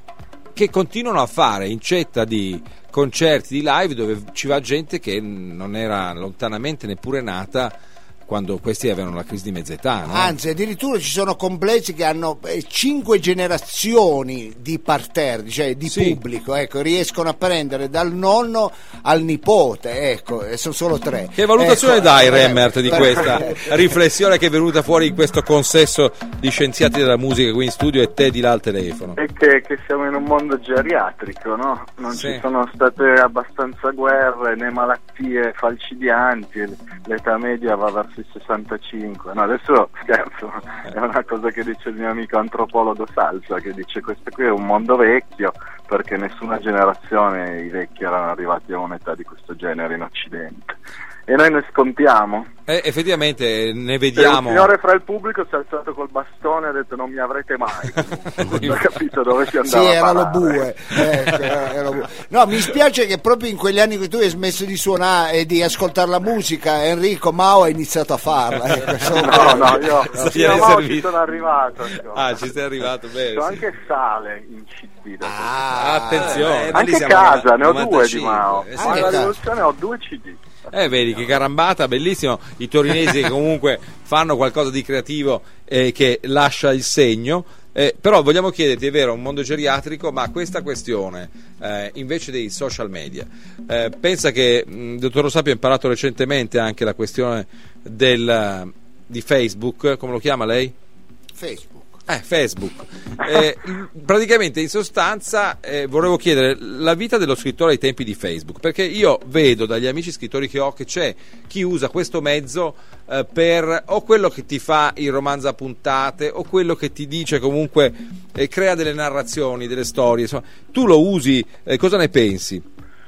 che continuano a fare incetta di concerti, di live dove ci va gente che non era lontanamente neppure nata quando questi avevano la crisi di mezza età, no? Anzi, addirittura ci sono complessi che hanno eh, cinque generazioni di parterre, cioè di Sì. pubblico, ecco, riescono a prendere dal nonno al nipote, ecco, e sono solo tre. Che valutazione Ecco, dai, eh, Remmert, di eh, questa eh, riflessione che è venuta fuori in questo consesso di scienziati della musica qui in studio e te di là al telefono? È che, che siamo in un mondo geriatrico, no? Non Sì. ci sono state abbastanza guerre né malattie falcidianti, l'età media va verso i sessantacinque. No, adesso scherzo, è una cosa che dice il mio amico antropologo Salsa, che dice questo qui è un mondo vecchio perché nessuna generazione i vecchi erano arrivati a un'età di questo genere in Occidente. E noi ne scontiamo. Eh, effettivamente ne E un vediamo. signore fra il pubblico si è alzato col bastone e ha detto non mi avrete mai. Non ho capito dove si Sì, andava a era lo parare. bue. Ecco, era lo bue. No, mi spiace che proprio in quegli anni che tu hai smesso di suonare e di ascoltare la musica, Enrico Mao ha iniziato a farla. Ecco, solo No, quello. no, io Sì, fino a hai Mao servito. ci sono arrivato. ancora. Ah, ci sei arrivato bene. C'ho sì. anche sale in C D. da Ah, Attenzione. Eh, noi lì anche siamo casa, ne ho due di novantacinque, Mao. eh, Ma sì. Anche alla casa. rivoluzione ho due C D. Eh, vedi che carambata, bellissimo. I torinesi che comunque fanno qualcosa di creativo e che lascia il segno. Eh, però vogliamo chiederti, è vero, un mondo geriatrico, ma questa questione eh, invece dei social media, eh, pensa che il dottor Lo Sapio ha imparato recentemente anche la questione del, di Facebook, come lo chiama lei? Facebook. Eh, Facebook. Eh, praticamente in sostanza eh, volevo chiedere la vita dello scrittore ai tempi di Facebook, perché io vedo dagli amici scrittori che ho che c'è chi usa questo mezzo eh, per o quello che ti fa il romanzo a puntate o quello che ti dice comunque eh, crea delle narrazioni, delle storie, insomma. Tu lo usi, eh, cosa ne pensi?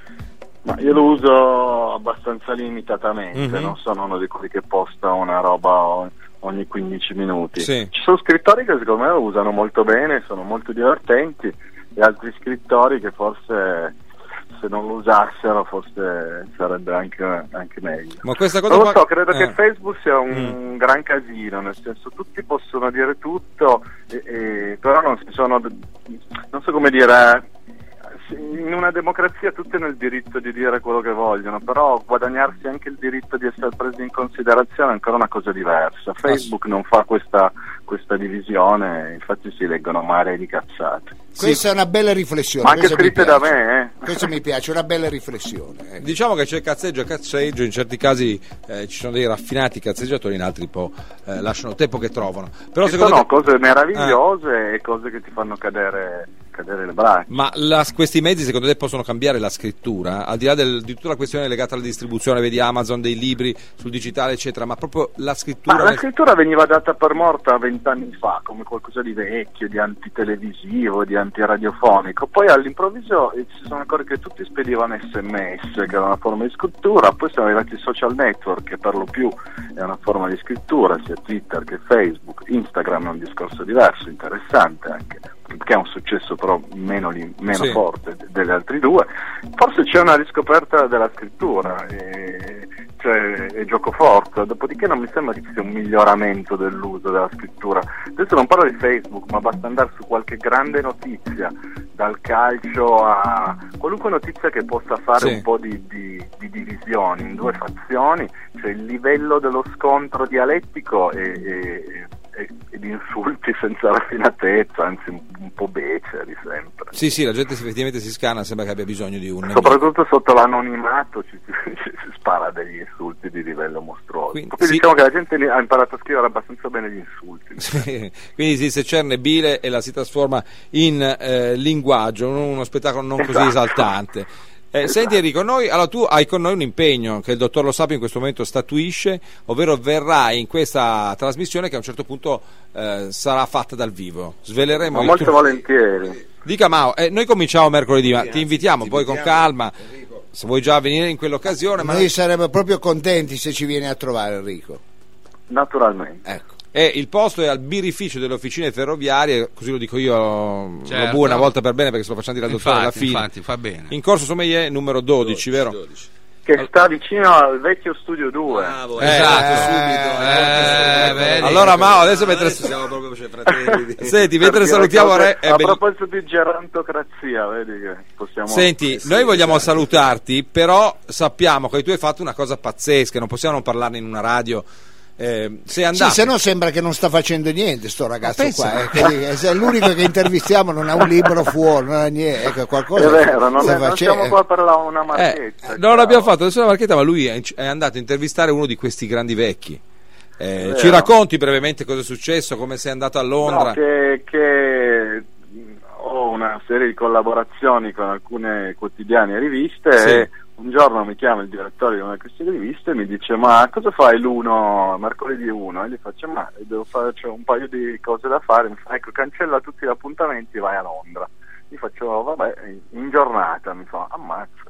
Ma io lo uso abbastanza limitatamente, Mhm. non sono uno di quelli che posta una roba o- ogni quindici minuti. Sì. Ci sono scrittori che secondo me lo usano molto bene, sono molto divertenti, e altri scrittori che forse se non lo usassero forse sarebbe anche, anche meglio. Ma questa cosa Non lo qua- so, credo eh. che Facebook sia un Mm. gran casino, nel senso tutti possono dire tutto, e, e- però non si sono, non so come dire, in una democrazia tutti hanno il diritto di dire quello che vogliono, però guadagnarsi anche il diritto di essere presi in considerazione è ancora una cosa diversa. Facebook non fa questa, questa divisione, infatti si leggono mare di cazzate. Questa è una bella riflessione. Ma anche questa mi scritte da piace. me, eh. Questo mi piace, una bella riflessione. ecco. Diciamo che c'è cazzeggio e cazzeggio, in certi casi eh, ci sono dei raffinati cazzeggiatori, in altri po' eh, lasciano tempo che trovano. Però Ci secondo sono te- cose meravigliose e cose che ti fanno cadere, cadere le braccia. Ma la- questi mezzi secondo te possono cambiare la scrittura? Al di là del- di tutta la questione legata alla distribuzione, vedi Amazon, dei libri sul digitale eccetera, ma proprio la scrittura... Ma la scrittura veniva data per morta vent'anni fa come qualcosa di vecchio, di antitelevisivo, di antiradiofonico. Poi all'improvviso eh, si sono accorti che tutti spedivano sms, che era una forma di scrittura. Poi sono arrivati i social network, che per lo più è una forma di scrittura, sia Twitter che Facebook. Instagram è un discorso diverso, interessante anche, che ha un successo però meno, li- meno Sì. forte de- degli altri due. Forse c'è una riscoperta della scrittura, e, cioè è gioco forte, dopodiché non mi sembra che ci sia un miglioramento dell'uso della scrittura. Adesso non parlo di Facebook, ma basta andare su qualche grande notizia, dal calcio a qualunque notizia che possa fare Sì. un po' di, di, di divisioni in due fazioni, cioè il livello dello scontro dialettico è, è, è, è di insulti senza raffinatezza, anzi un, un po' beceri sempre. Sì, sì, la gente si- effettivamente si scana, sembra che abbia bisogno di un nemico. Soprattutto sotto l'anonimato ci, ci, ci si spara degli insulti di livello mostruoso. Quindi, Quindi sì. diciamo che la gente ha imparato a scrivere abbastanza bene gli insulti. Sì, quindi si secerne bile e la si trasforma in eh, linguaggio, uno, uno spettacolo non così Esatto. esaltante. Eh, Senti Enrico, noi, allora tu hai con noi un impegno che il dottor Lo Sapio in questo momento statuisce, ovvero verrai in questa trasmissione che a un certo punto eh, sarà fatta dal vivo. Sveleremo Ma il molto tuo- volentieri. Dica Mao, eh, noi cominciamo mercoledì, ma Sì, ti invitiamo ti poi con invitiamo, calma, Enrico. se vuoi già venire in quell'occasione. Ma Noi saremmo proprio contenti se ci vieni a trovare, Enrico. Naturalmente. Ecco. E il posto è al birrificio delle officine ferroviarie, così lo dico io, Certo. lo buo una volta per bene perché sto facendo dire al dottore alla Infatti, fine. infatti, fa bene. In corso Sommelier numero dodici, vero? dodici. Che sta vicino al vecchio Studio due. Bravo, Eh, esatto, eh, subito. eh, eh, vedi. Allora Mao, adesso mentre Adesso siamo proprio cioè, fratelli. Senti, mentre Per dire salutiamo cose- Re, è a belli- proposito di gerontocrazia, vedi che possiamo... Senti, Eh sì, noi vogliamo esatto. salutarti, però sappiamo che tu hai fatto una cosa pazzesca, non possiamo non parlarne in una radio. Eh, sei andato. Sì, se no sembra che non sta facendo niente sto ragazzo pensa- qua, eh, che dica, se è l'unico che intervistiamo, non ha un libro fuori, non ha niente, ecco, qualcosa È vero, non, sta è, non facendo. siamo qua per la, una Eh, marchetta. non ciao. l'abbiamo fatto nessuna marchetta, ma lui è, è andato a intervistare uno di questi grandi vecchi. Eh, Vero. ci racconti brevemente cosa è successo, come sei andato a Londra? No, che, che ho una serie di collaborazioni con alcune quotidiane e riviste Sì. e un giorno mi chiama il direttore di una di queste riviste e mi dice: ma cosa fai l'uno, mercoledì uno? E gli faccio: ma devo fare, c'ho un paio di cose da fare. Mi fa: ecco, cancella tutti gli appuntamenti e vai a Londra. Gli faccio: vabbè, in giornata. Mi fa: ammazza.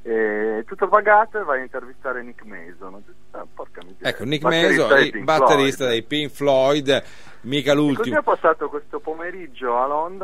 E tutto pagato e vai a intervistare Nick Mason. Ho detto, ah, porca miseria. Ecco, Nick Batterista Mason, dei il Pink batterista Floyd. dei Pink Floyd, mica E così l'ultimo. ho passato questo pomeriggio a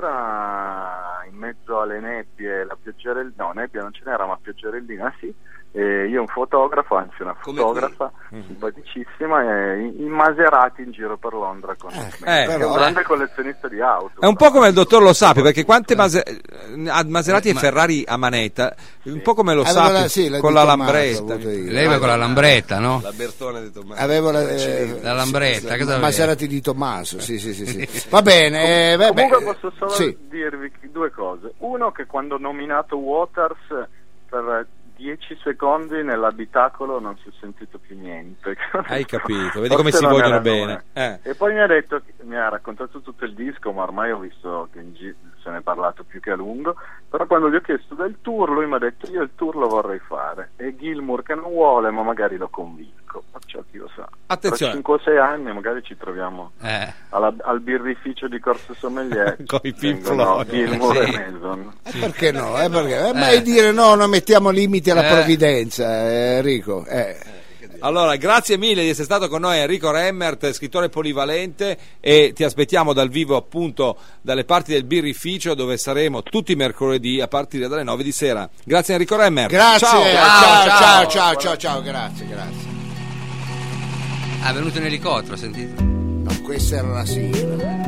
Londra in mezzo alle nebbie, la pioggerellina, no, nebbia non ce n'era, ma pioggerellina sì, e io un fotografo, anzi una Come fotografa simpaticissima, e in in Maserati in giro per Londra con Eh, me, eh, che è però, un grande collezionista di auto. È un po' come il dottor Lo Sapio, perché quante Mase- ha Maserati e Ma- Ferrari a manetta, un po' come Lo Avevo Sapio la- sì, la con di la Tommaso, lambretta. ho avuto io. Lei va con la lambretta, no? La Bertone di Tommaso. Avevo la, eh, La lambretta, cosa aveva? Maserati di Tommaso, sì, sì, sì, sì. Va bene, eh, beh, Comunque beh, posso solo sì. dirvi due cose. Uno, che quando ho nominato Waters per dieci secondi nell'abitacolo non si è sentito più niente. Hai capito, vedi Forse come si non vogliono era bene. noi. Eh. E poi mi ha detto, mi ha raccontato tutto il disco, ma ormai ho visto che in gi- se ne è parlato più che a lungo. Però quando gli ho chiesto del tour, lui mi ha detto: io il tour lo vorrei fare. E Gilmour che non vuole, ma magari lo convinco. Perciò chi lo sa. Attenzione. Tra cinque o sei anni magari ci troviamo Eh. alla- al birrificio di Corso Sommelier Con i Pink vengono Floyd. Gilmour Sì. e Mason. Eh, perché no? Eh, perché? Eh, mai dire no, non mettiamo limiti alla Eh. provvidenza, eh, Enrico. Eh. Allora, grazie mille di essere stato con noi Enrico Remmert, scrittore polivalente, e ti aspettiamo dal vivo appunto dalle parti del birrificio, dove saremo tutti i mercoledì a partire dalle nove di sera. Grazie Enrico Remmert. Grazie, Ciao. ciao, ciao, ciao, ciao, ciao, ciao, grazie, grazie. Ah, è venuto in elicottero, sentite? No, questa era la sigla.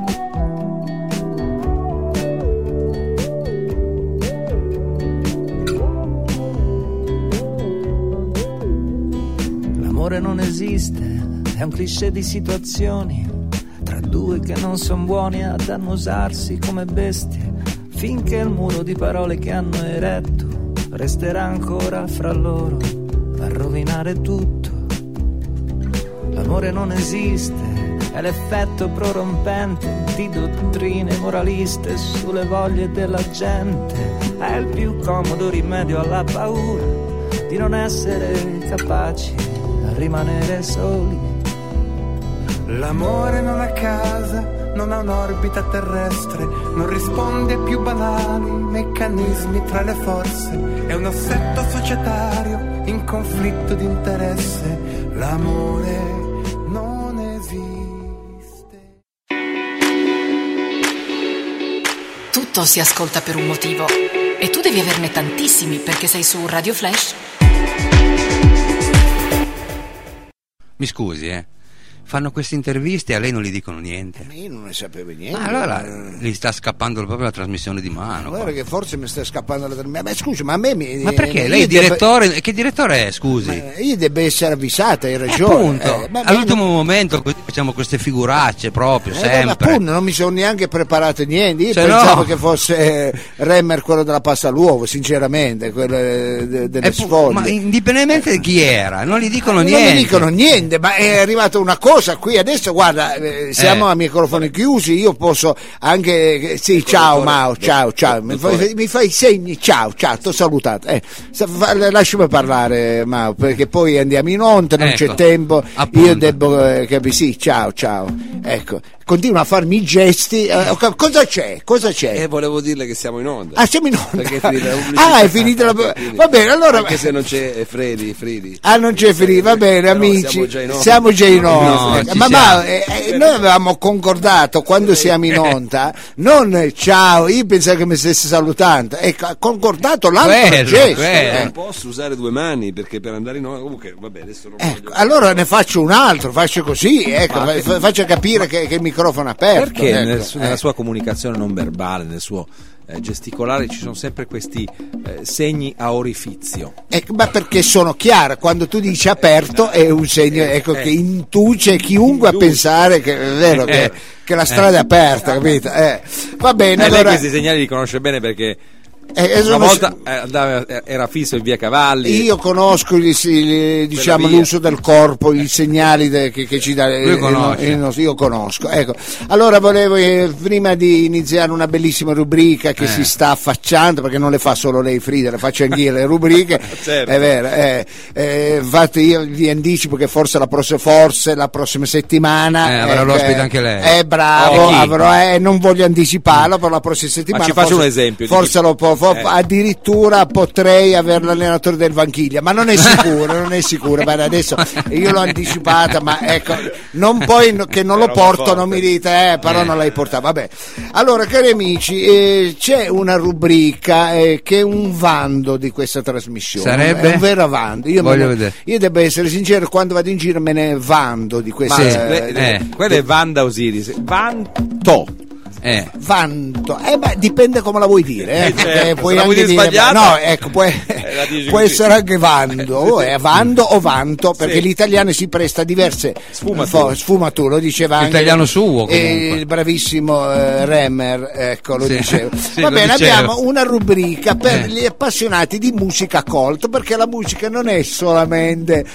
L'amore non esiste, è un cliché di situazioni tra due che non son buoni ad annusarsi come bestie, finché il muro di parole che hanno eretto resterà ancora fra loro a rovinare tutto. L'amore non esiste, è l'effetto prorompente di dottrine moraliste sulle voglie della gente, è il più comodo rimedio alla paura di non essere capaci a rimanere soli. L'amore non ha casa, non ha un'orbita terrestre, non risponde ai più banali meccanismi tra le forze, è un assetto societario in conflitto di interesse. L'amore non esiste. Tutto si ascolta per un motivo e tu devi averne tantissimi perché sei su Radio Flash. Mi scusi, eh. Fanno queste interviste e a lei non gli dicono niente. Ma io non ne sapevo niente. Ma allora Eh, gli sta scappando proprio la trasmissione di mano. guarda qua. che forse mi sta scappando la ma, ma scusi, ma a me mi, Ma perché? eh, Lei è io debbo- direttore. Che direttore è, scusi? ma io debbo essere avvisata, hai Eh, ragione. appunto, eh, ma- all'ultimo momento così facciamo queste figuracce proprio, Eh, sempre. ma appunto, non mi sono neanche preparato niente. Io Se pensavo no- che fosse eh, Remmer quello della pasta all'uovo, sinceramente, quello eh, de- delle E pu- sfoglie. ma indipendentemente di chi era, non gli dicono non niente. mi dicono niente, ma è arrivata una cosa qui adesso, guarda, eh, siamo Eh. a microfoni chiusi, io posso anche, sì, ciao Mao, ciao, ciao, mi fai, mi fai i segni, ciao, ciao, ti ho salutato, eh, sa- fa- lasciami parlare Mao, perché poi andiamo in onda, non Ecco, c'è tempo, appunto. io devo, eh, capire, sì, ciao, ciao, ecco, continua a farmi i gesti. Eh, cosa c'è? Cosa c'è? E eh, volevo dirle che siamo in onda. Ah, siamo in onda. Perché è finita la pubblicità. Ah, è finita la pubblicità. Va bene, allora. Anche se non c'è Fredi, Fridi. Ah, non c'è Fridi, va bene, Però amici. Siamo già in onda. Siamo già in onda. No, ci ma siamo. ma eh, eh, noi avevamo concordato quando siamo in onda, non eh, ciao, io pensavo che mi stesse salutando. Ecco, ha concordato l'altro Quello, gesto. quello. eh. Non posso usare due mani perché per andare in onda. Comunque, vabbè, adesso non Ecco, voglio. allora ne faccio un altro, faccio così, ecco, fa- fa- faccio capire che, che il microfono è aperto. Perché ecco, nel su- eh. nella sua comunicazione non verbale, nel suo eh, gesticolare ci sono sempre questi eh, segni a orifizio? Ecco, ma perché sono chiare, quando tu dici aperto è un segno ecco, eh. che induce chiunque a pensare che è vero che, Eh. che la strada è aperta, capito? Eh. Va bene, E lei allora questi segnali li conosce bene perché eh, una sono- volta eh, andava- eh, era fisso in via Cavalli. io conosco gli- sì, diciamo, via. l'uso del corpo, i segnali de- che, che ci dà il- il- conosce. il nostro- io conosco. Ecco. Allora volevo eh, prima di iniziare una bellissima rubrica che Eh. si sta affacciando, perché non le fa solo lei Frida, le faccio anch'io le rubriche. Certo. È vero, eh, eh, infatti io vi anticipo che forse la prossima, forse la prossima settimana Eh, avrà eh, l'ospite eh, anche lei. È bravo, Oh, chi? avrò, eh, non voglio anticiparlo per la prossima settimana. ci faccia forse- un esempio di Forse chi- lo può, fo- Eh. addirittura potrei avere l'allenatore del Vanchiglia, ma non è sicuro, non è sicuro. Beh, adesso io l'ho anticipata, ma ecco, non poi no- che non lo Roba porto, forte. non mi dite, eh, però non l'hai portato. Vabbè. Allora, cari amici, eh, c'è una rubrica eh, che è un vando di questa trasmissione. Sarebbe? È un vero vando. Io, me Voglio ne- vedere. io devo essere sincero, quando vado in giro me ne vando di questa. Ma Sì. le- le- eh. quella è Vanda Osiris. Vanto. Eh. Vanto, eh, beh, dipende come la vuoi dire, eh, Eh, perché certo, puoi se la vuoi anche dire dire, sbagliata, no, ecco, può, eh, la dici può così. essere anche vando, o è vando o vanto, perché Sì. l'italiano si presta a diverse Sfumature. fo- sfumature, lo diceva anche L'italiano suo, eh, comunque. il bravissimo eh, Remmer, ecco, lo Sì. diceva. Sì, Va lo bene, diceva. abbiamo una rubrica per Eh. gli appassionati di musica colto, perché la musica non è solamente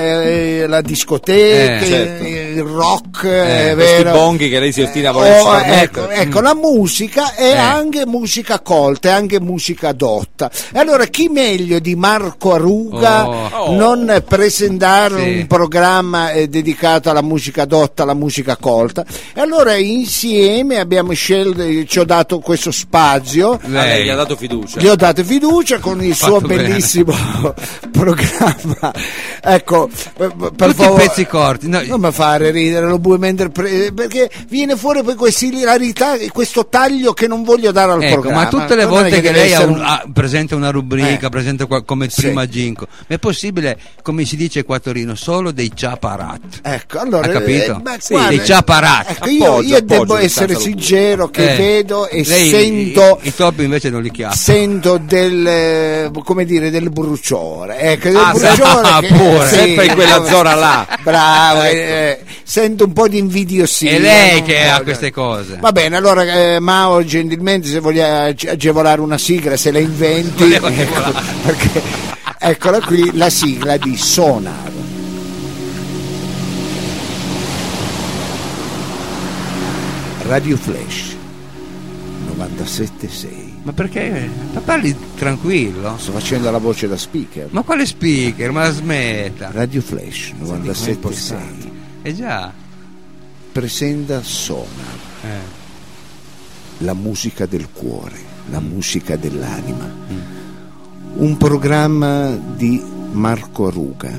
eh, la discoteca, Eh, certo. il rock, Eh, è Questi vero. bonghi che lei si ostina a voler Oh, trasmettere. ecco, ecco, la musica è Eh. anche musica colta, è anche musica dotta. E allora chi meglio di Marco Aruga Oh. non presentare Sì. un programma eh, dedicato alla musica dotta, alla musica colta? E allora insieme abbiamo scelto, eh, ci ho dato questo spazio. Ah, lei Lei. gli ha dato fiducia. Gli ho dato fiducia con il suo Fatto bene. bellissimo programma. Ecco, per, per Tutti i favore, pezzi corti. No, non mi fare ridere lo bue mentre pre- perché viene fuori poi questa ilarità, questo taglio che non voglio dare al ecco, programma. ma tutte le Non è volte che, deve lei ha essere un- ha- presenta una rubrica, Eh. presenta qua- come Sì. prima Ginco, ma è possibile, come si dice qua a Torino, solo dei ciaparat? Ecco, allora, Ha capito? eh, ma Sì, guarda, dei ciaparat. ecco, io, Appoggio, io appoggio, devo il essere Cazzaro sincero che Eh. vedo e Lei sento i, i topi invece non li chiappa. sento del eh, come dire del bruciore, ecco, del Ah, bruciore ah, che- pure. Sempre in quella bravo. zona là. Bravo, eh, sento un po' di invidiosità. È lei non che ha voglio- queste cose. Va bene, allora eh, Mao, gentilmente, se voglia ag- agevolare una sigla, se la inventi, Volevo ecco, agevolare. perché eccola qui la sigla di Sonar. Radio Flash novantasette sei. Ma perché? Ma parli tranquillo. Sto facendo la voce da speaker. Ma quale speaker? Ma smetta. Radio Flash novantasette sei Eh già. presenta Sonar, Eh. la musica del cuore, la musica dell'anima. Un programma di Marco Aruga,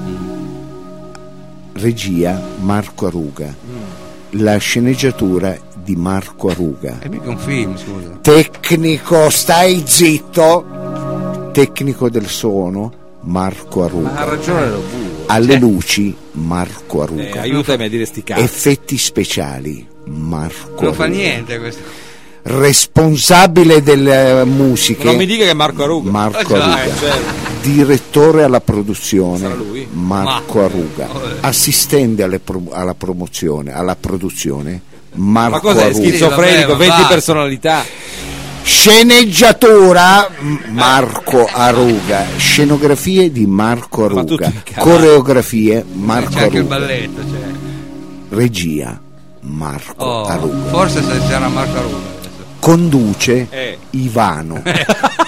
regia Marco Aruga, la sceneggiatura di Marco Aruga, È mica un film, scusa. tecnico, stai zitto, tecnico del suono Marco Ha Aruga, ragione lo bue. alle luci Marco Eh, Aruga, aiutami a dire sti cazzi. effetti speciali Marco Non fa Aruga, niente questo. responsabile delle musiche Non mi dica che è Marco Aruga. Marco Eh, già, Aruga, Eh, certo. direttore alla produzione Sarà lui? Marco Ma- Aruga, Vabbè. assistente alle pro- alla promozione, alla produzione Marco Ma cos'è? Aruga, Schizofrenico, Sì, vabbè, venti va. personalità. sceneggiatura M- Marco Aruga, scenografie di Marco Ma tutti Aruga, i cavoli. coreografie Marco C'è anche il Aruga, balletto, cioè. regia Marco Oh, Aruga, forse se c'era Marco Aruga adesso. conduce Eh. Ivano.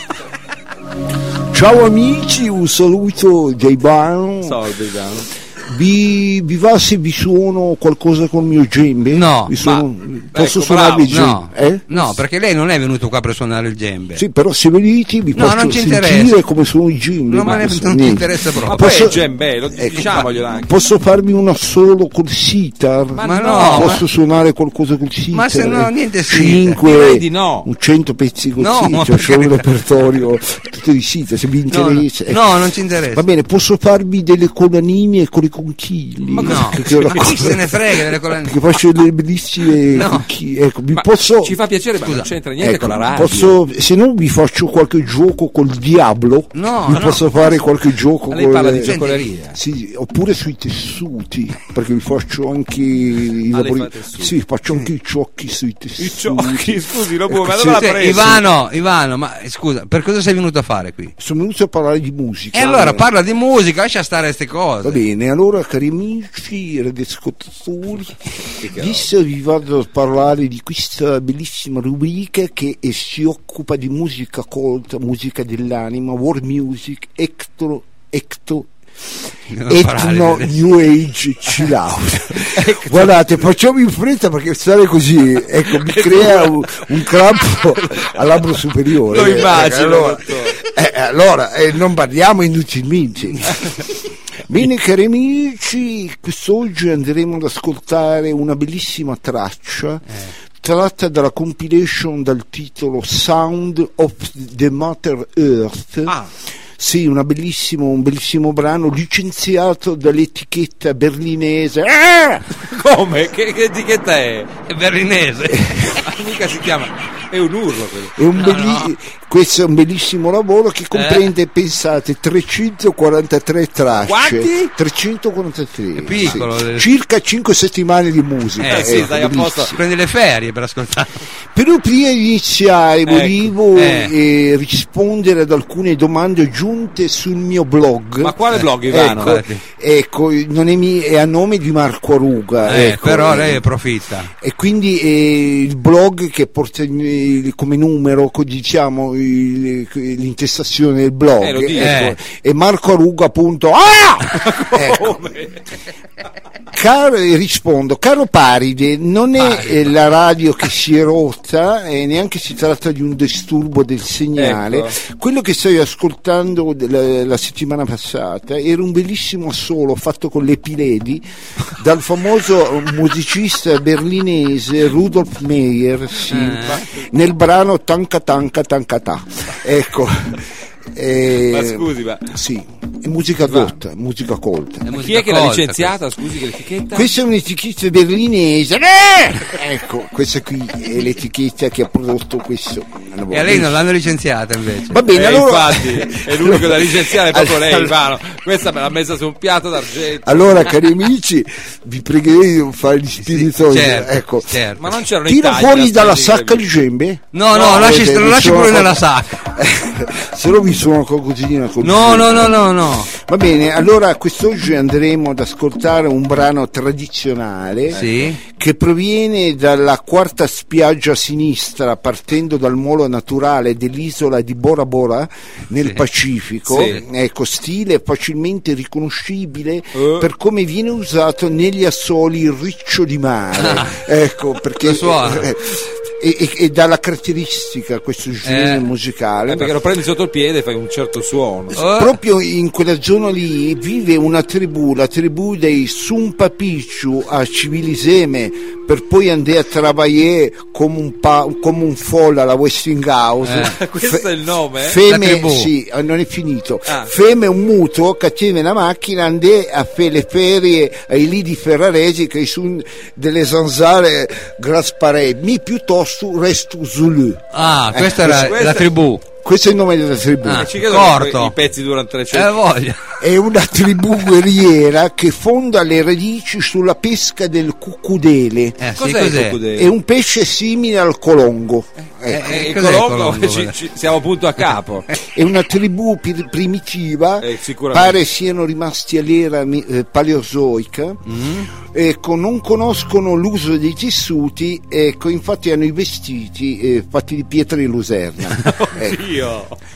Ciao amici, un saluto dai Ivano. Soldi, Giano. Vi, vi va se vi suono qualcosa col mio djembe? No, Vi suono- ma- posso ecco, suonarvi il djembe? No, Eh? no, perché lei non è venuto qua per suonare il djembe. Sì, però se venite vi No, posso non ci sentire interessa. come suono i djembe. No, ma ne- posso- non ci niente. interessa proprio. Ma poi Posso- è djembe, lo ecco, diciamoglielo anche. Posso farmi una solo col sitar? Ma Ma no, no, Posso ma- suonare qualcosa col sitar? Ma se no, niente sitar. cinque, Direi di no. un cento pezzi col No, ma sitar, perché- c'ho un repertorio tutto di sitar, se vi No, no, interessa. ecco. no, non ci interessa. Va bene, posso farvi delle colanine con le conchiglie? Ma no, Perché ho la ma chi cosa- se ne frega delle colonne? Perché faccio delle bellissime No. conchiglie. Ecco, vi Ma posso... ci fa piacere, ma non c'entra niente ecco, con la radio. posso, se no vi faccio qualche gioco col diavolo. No, vi no. posso fare qualche gioco Ma lei con parla le- di giocoleria. sì, oppure sui tessuti, perché vi faccio anche i Ah, lei lavori- fa tessuti. sì, faccio anche i ciocchi sui tessuti. I ciocchi, scusi, lo può, Ecco, ma sì. dove l'ha Sì, preso? Ivano, Ivano, ma eh, scusa, per cosa sei venuto a fare qui? Sono venuto a parlare di musica. E allora parla di musica, lascia stare queste cose. Va bene, allora cari amici, radioascoltatori, adesso vi vado a parlare di questa bellissima rubrica che eh, si occupa di musica colta, musica dell'anima, world music, ecto, ecto, Non etno, parlare di- new age, chill out. Guardate, facciamo in fretta perché stare così, ecco, mi crea un, un crampo al labbro superiore. Lo Eh, immagino, allora, dottore. eh, allora eh, non parliamo inutilmente. Bene cari amici, quest'oggi andremo ad ascoltare una bellissima traccia tratta dalla compilation dal titolo Sound of the Mother Earth. Ah. Sì, una bellissimo, un bellissimo brano licenziato dall'etichetta berlinese. Ah! Come? Che, che etichetta è? È berlinese. Mica si chiama, è un urlo quello. È un belli- Questo è un bellissimo lavoro che comprende, pensate, trecentoquarantatré tracce. Quanti? trecentoquarantatré. È piccolo, sì. eh. Circa cinque settimane di musica. Eh, sì, ecco, stai a bellissimo. posto. Prendi le ferie per ascoltare. Però prima di iniziare volevo eh. eh, rispondere ad alcune domande giunte sul mio blog. Ma quale blog, Ivano? Ecco, ecco, non è, mi- è a nome di Marco Aruga. Eh, ecco, però eh, lei approfitta. E quindi eh, il blog che porta eh, come numero, co- diciamo, il- l'intestazione del blog Eh, lo dico. ecco, è Marco Aruga. Punto. Ah! Ecco. Caro, e rispondo, caro Paride, non è eh, la radio che si è rotta e neanche si tratta di un disturbo del segnale. Ecco. Quello che stai ascoltando la, la settimana passata era un bellissimo assolo fatto con le Piledi dal famoso musicista berlinese Rudolf Meyer, sì, nel brano Tanka Tanka Tanka Ta. Ecco. Eh, Ma scusi, ma sì, è musica dotta, musica colta. È chi musica è che l'ha colta, licenziata? Scusi, che l'etichetta? Questa è un'etichetta berlinese. Eh! Ecco, questa qui è l'etichetta che ha prodotto questo. E a lei non l'hanno licenziata invece. Va bene, Eh, allora. infatti, è l'unico da licenziare, è proprio lei, Allora- Ivano. Questa me l'ha messa su un piatto d'argento. Allora, cari amici, vi pregherei di non fare gli spiritosi. certo, ecco. certo. Ma non c'erano i Tira tagli fuori da dalla spendere sacca in il gembe? No, no, No, lasci, vedete, lo mi lasci sono pure fatto- nella sacca. Se no vi suono qualcosina così. No, no, no, no, no. Va bene, allora quest'oggi andremo ad ascoltare un brano tradizionale Sì. che proviene dalla quarta spiaggia a sinistra, partendo dal molo naturale dell'isola di Bora Bora nel Sì. Pacifico. Sì. Ecco, stile facilmente riconoscibile Eh. per come viene usato negli assoli il riccio di mare. Ecco, perché Lo suona. eh, e, e, e dalla caratteristica questo genere Eh. musicale. Eh, perché lo prendi sotto il piede e fai un certo suono. Oh, Proprio in quella zona lì vive una tribù, la tribù dei Sumpapicciu a Civiliseme, per poi andare a lavorare come un, pa- come un folle alla Westinghouse. Eh, questo è il nome, eh? Feme, La tribù. sì, eh, non è finito. Ah. Feme un mutuo che tiene una macchina, andare a fare le ferie ai lidi ferraresi che sono delle zanzare grasparè. Mi piuttosto resto Zulu. Ah, Eh, questa era questa- la tribù. Questo è il nome della tribù. Ah. Ci credo corto. che i pezzi durano Eh, trecento. voglia. È una tribù guerriera che fonda le radici sulla pesca del cucudele. Eh, sì, Cos'è il cos'è? crocodile? È un pesce simile al colongo. Ecco. Eh, il cos'è il colombo, colombo, ci- vabbè? ci- siamo punto a capo. È una tribù pi- primitiva, Eh, sicuramente. pare siano rimasti all'era mi- eh, paleozoica. Mm. Ecco, non conoscono l'uso dei tessuti, ecco, infatti hanno i vestiti eh, fatti di pietra di luserna. Ecco. Io.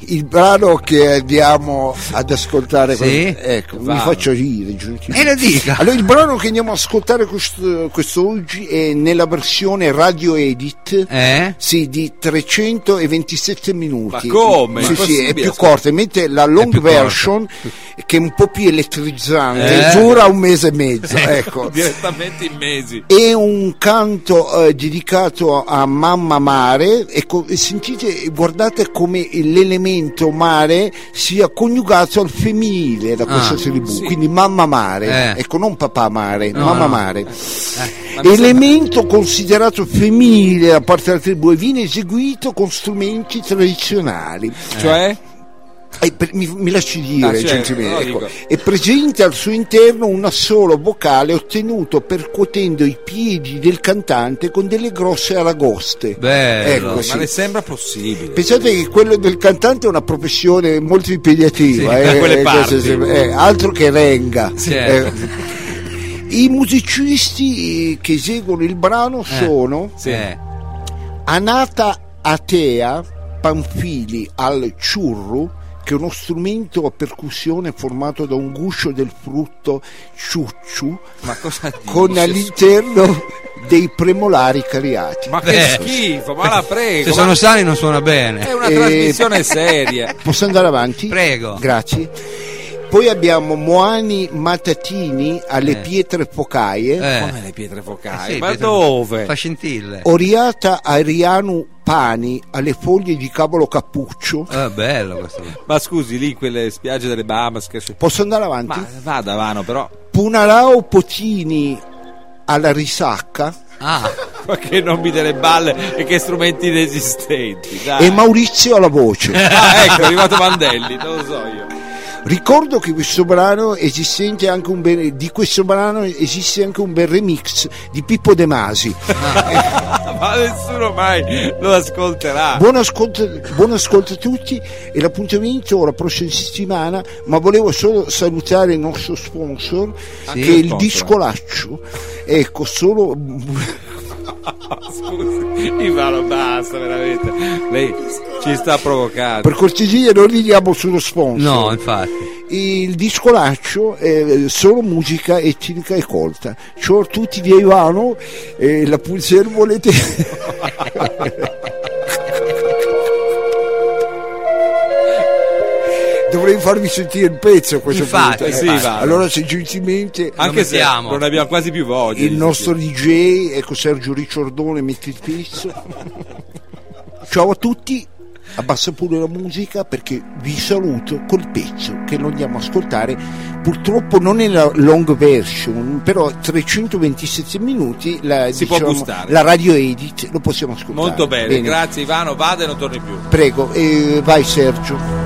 Il brano che andiamo ad ascoltare, Sì? ecco, Va. mi faccio ridere. giusto? E lo dica. Allora, il brano che andiamo ad ascoltare questo, quest'oggi è nella versione radio edit, Eh? sì, di trecentoventisette minuti. Ma come? Sì, sì, è Impossibile, più ascolta. corta, mentre la long più corta. version, che è un po' più elettrizzante, Eh? dura un mese e mezzo. Ecco. Direttamente in mesi. È un canto eh, dedicato a Mamma Mare. Ecco, sentite, guardate come l'elemento mare sia coniugato al femminile da questa Ah, tribù, sì. quindi Mamma Mare, Eh. ecco, non papà mare, No, Mamma no. Mare. Ma mi Elemento considerato femminile da parte della tribù e viene eseguito con strumenti tradizionali. Cioè? E per- mi, mi lasci dire, Ah, certo, gentilmente, no, ecco, dico. è presente al suo interno un assolo vocale ottenuto percuotendo i piedi del cantante con delle grosse aragoste. Bello. Ecco, Ma sì. le sembra possibile? Pensate che quello del cantante è una professione molto impegnativa, Sì, eh, da quelle eh, parti. questo- eh, altro che renga. Certo. Eh, I musicisti eh, che eseguono il brano sono Sì. Eh. Anata Atea Panfili al ciurru, che è uno strumento a percussione formato da un guscio del frutto ciucciu Ma cosa dici? con all'interno dei premolari cariati. Ma che Eh. schifo, ma la prego. Se ma- sono sani non suona bene. È una Eh, trasmissione seria. Posso andare avanti? Prego. Grazie. Poi abbiamo Moani Matatini alle Eh. pietre focaie, Eh. Come le pietre focali? Eh sì, ma pietre- dove? Fa scintille. Oriata Arianu Pani alle foglie di cavolo cappuccio. Eh, bello questo. Ma scusi, lì quelle spiagge delle Bahamas che... Posso andare avanti? Ma vada, Vano, però. Punarao Potini alla risacca Ah, Ma che nomi delle balle e che strumenti inesistenti, dai. e Maurizio alla voce. Ah, ecco, è arrivato Vandelli, non lo so io. Ricordo che questo brano esistente anche un bel, di questo brano esiste anche un bel remix di Pippo De Masi. Ma nessuno mai lo ascolterà. Buon ascolto, buon ascolto a tutti e l'appuntamento la prossima settimana, ma volevo solo salutare il nostro sponsor, Sì, che è il sponsor. Discolaccio. Ecco, solo Scusi, Ivano, basta veramente. Lei ci sta provocando. per cortesia non ridiamo sullo sponsor. no, infatti. Il Discolaccio è solo musica etnica e colta. Ciao a tutti di Ivano e la pulsera volete. Dovrei farvi sentire il pezzo a questo Infatti, punto. sì, va. Allora, se gentilmente Anche se mettiamo. non abbiamo quasi più voglia. il di nostro D J, ecco Sergio Ricciardone, mette il pezzo. Ciao a tutti, abbassa pure la musica perché vi saluto col pezzo che lo andiamo a ascoltare. Purtroppo non è la long version, però trecentoventisette minuti la, Si può diciamo, gustare. la radio edit lo possiamo ascoltare. Molto bene, grazie Ivano, vada e non torni più. Prego, eh, vai Sergio.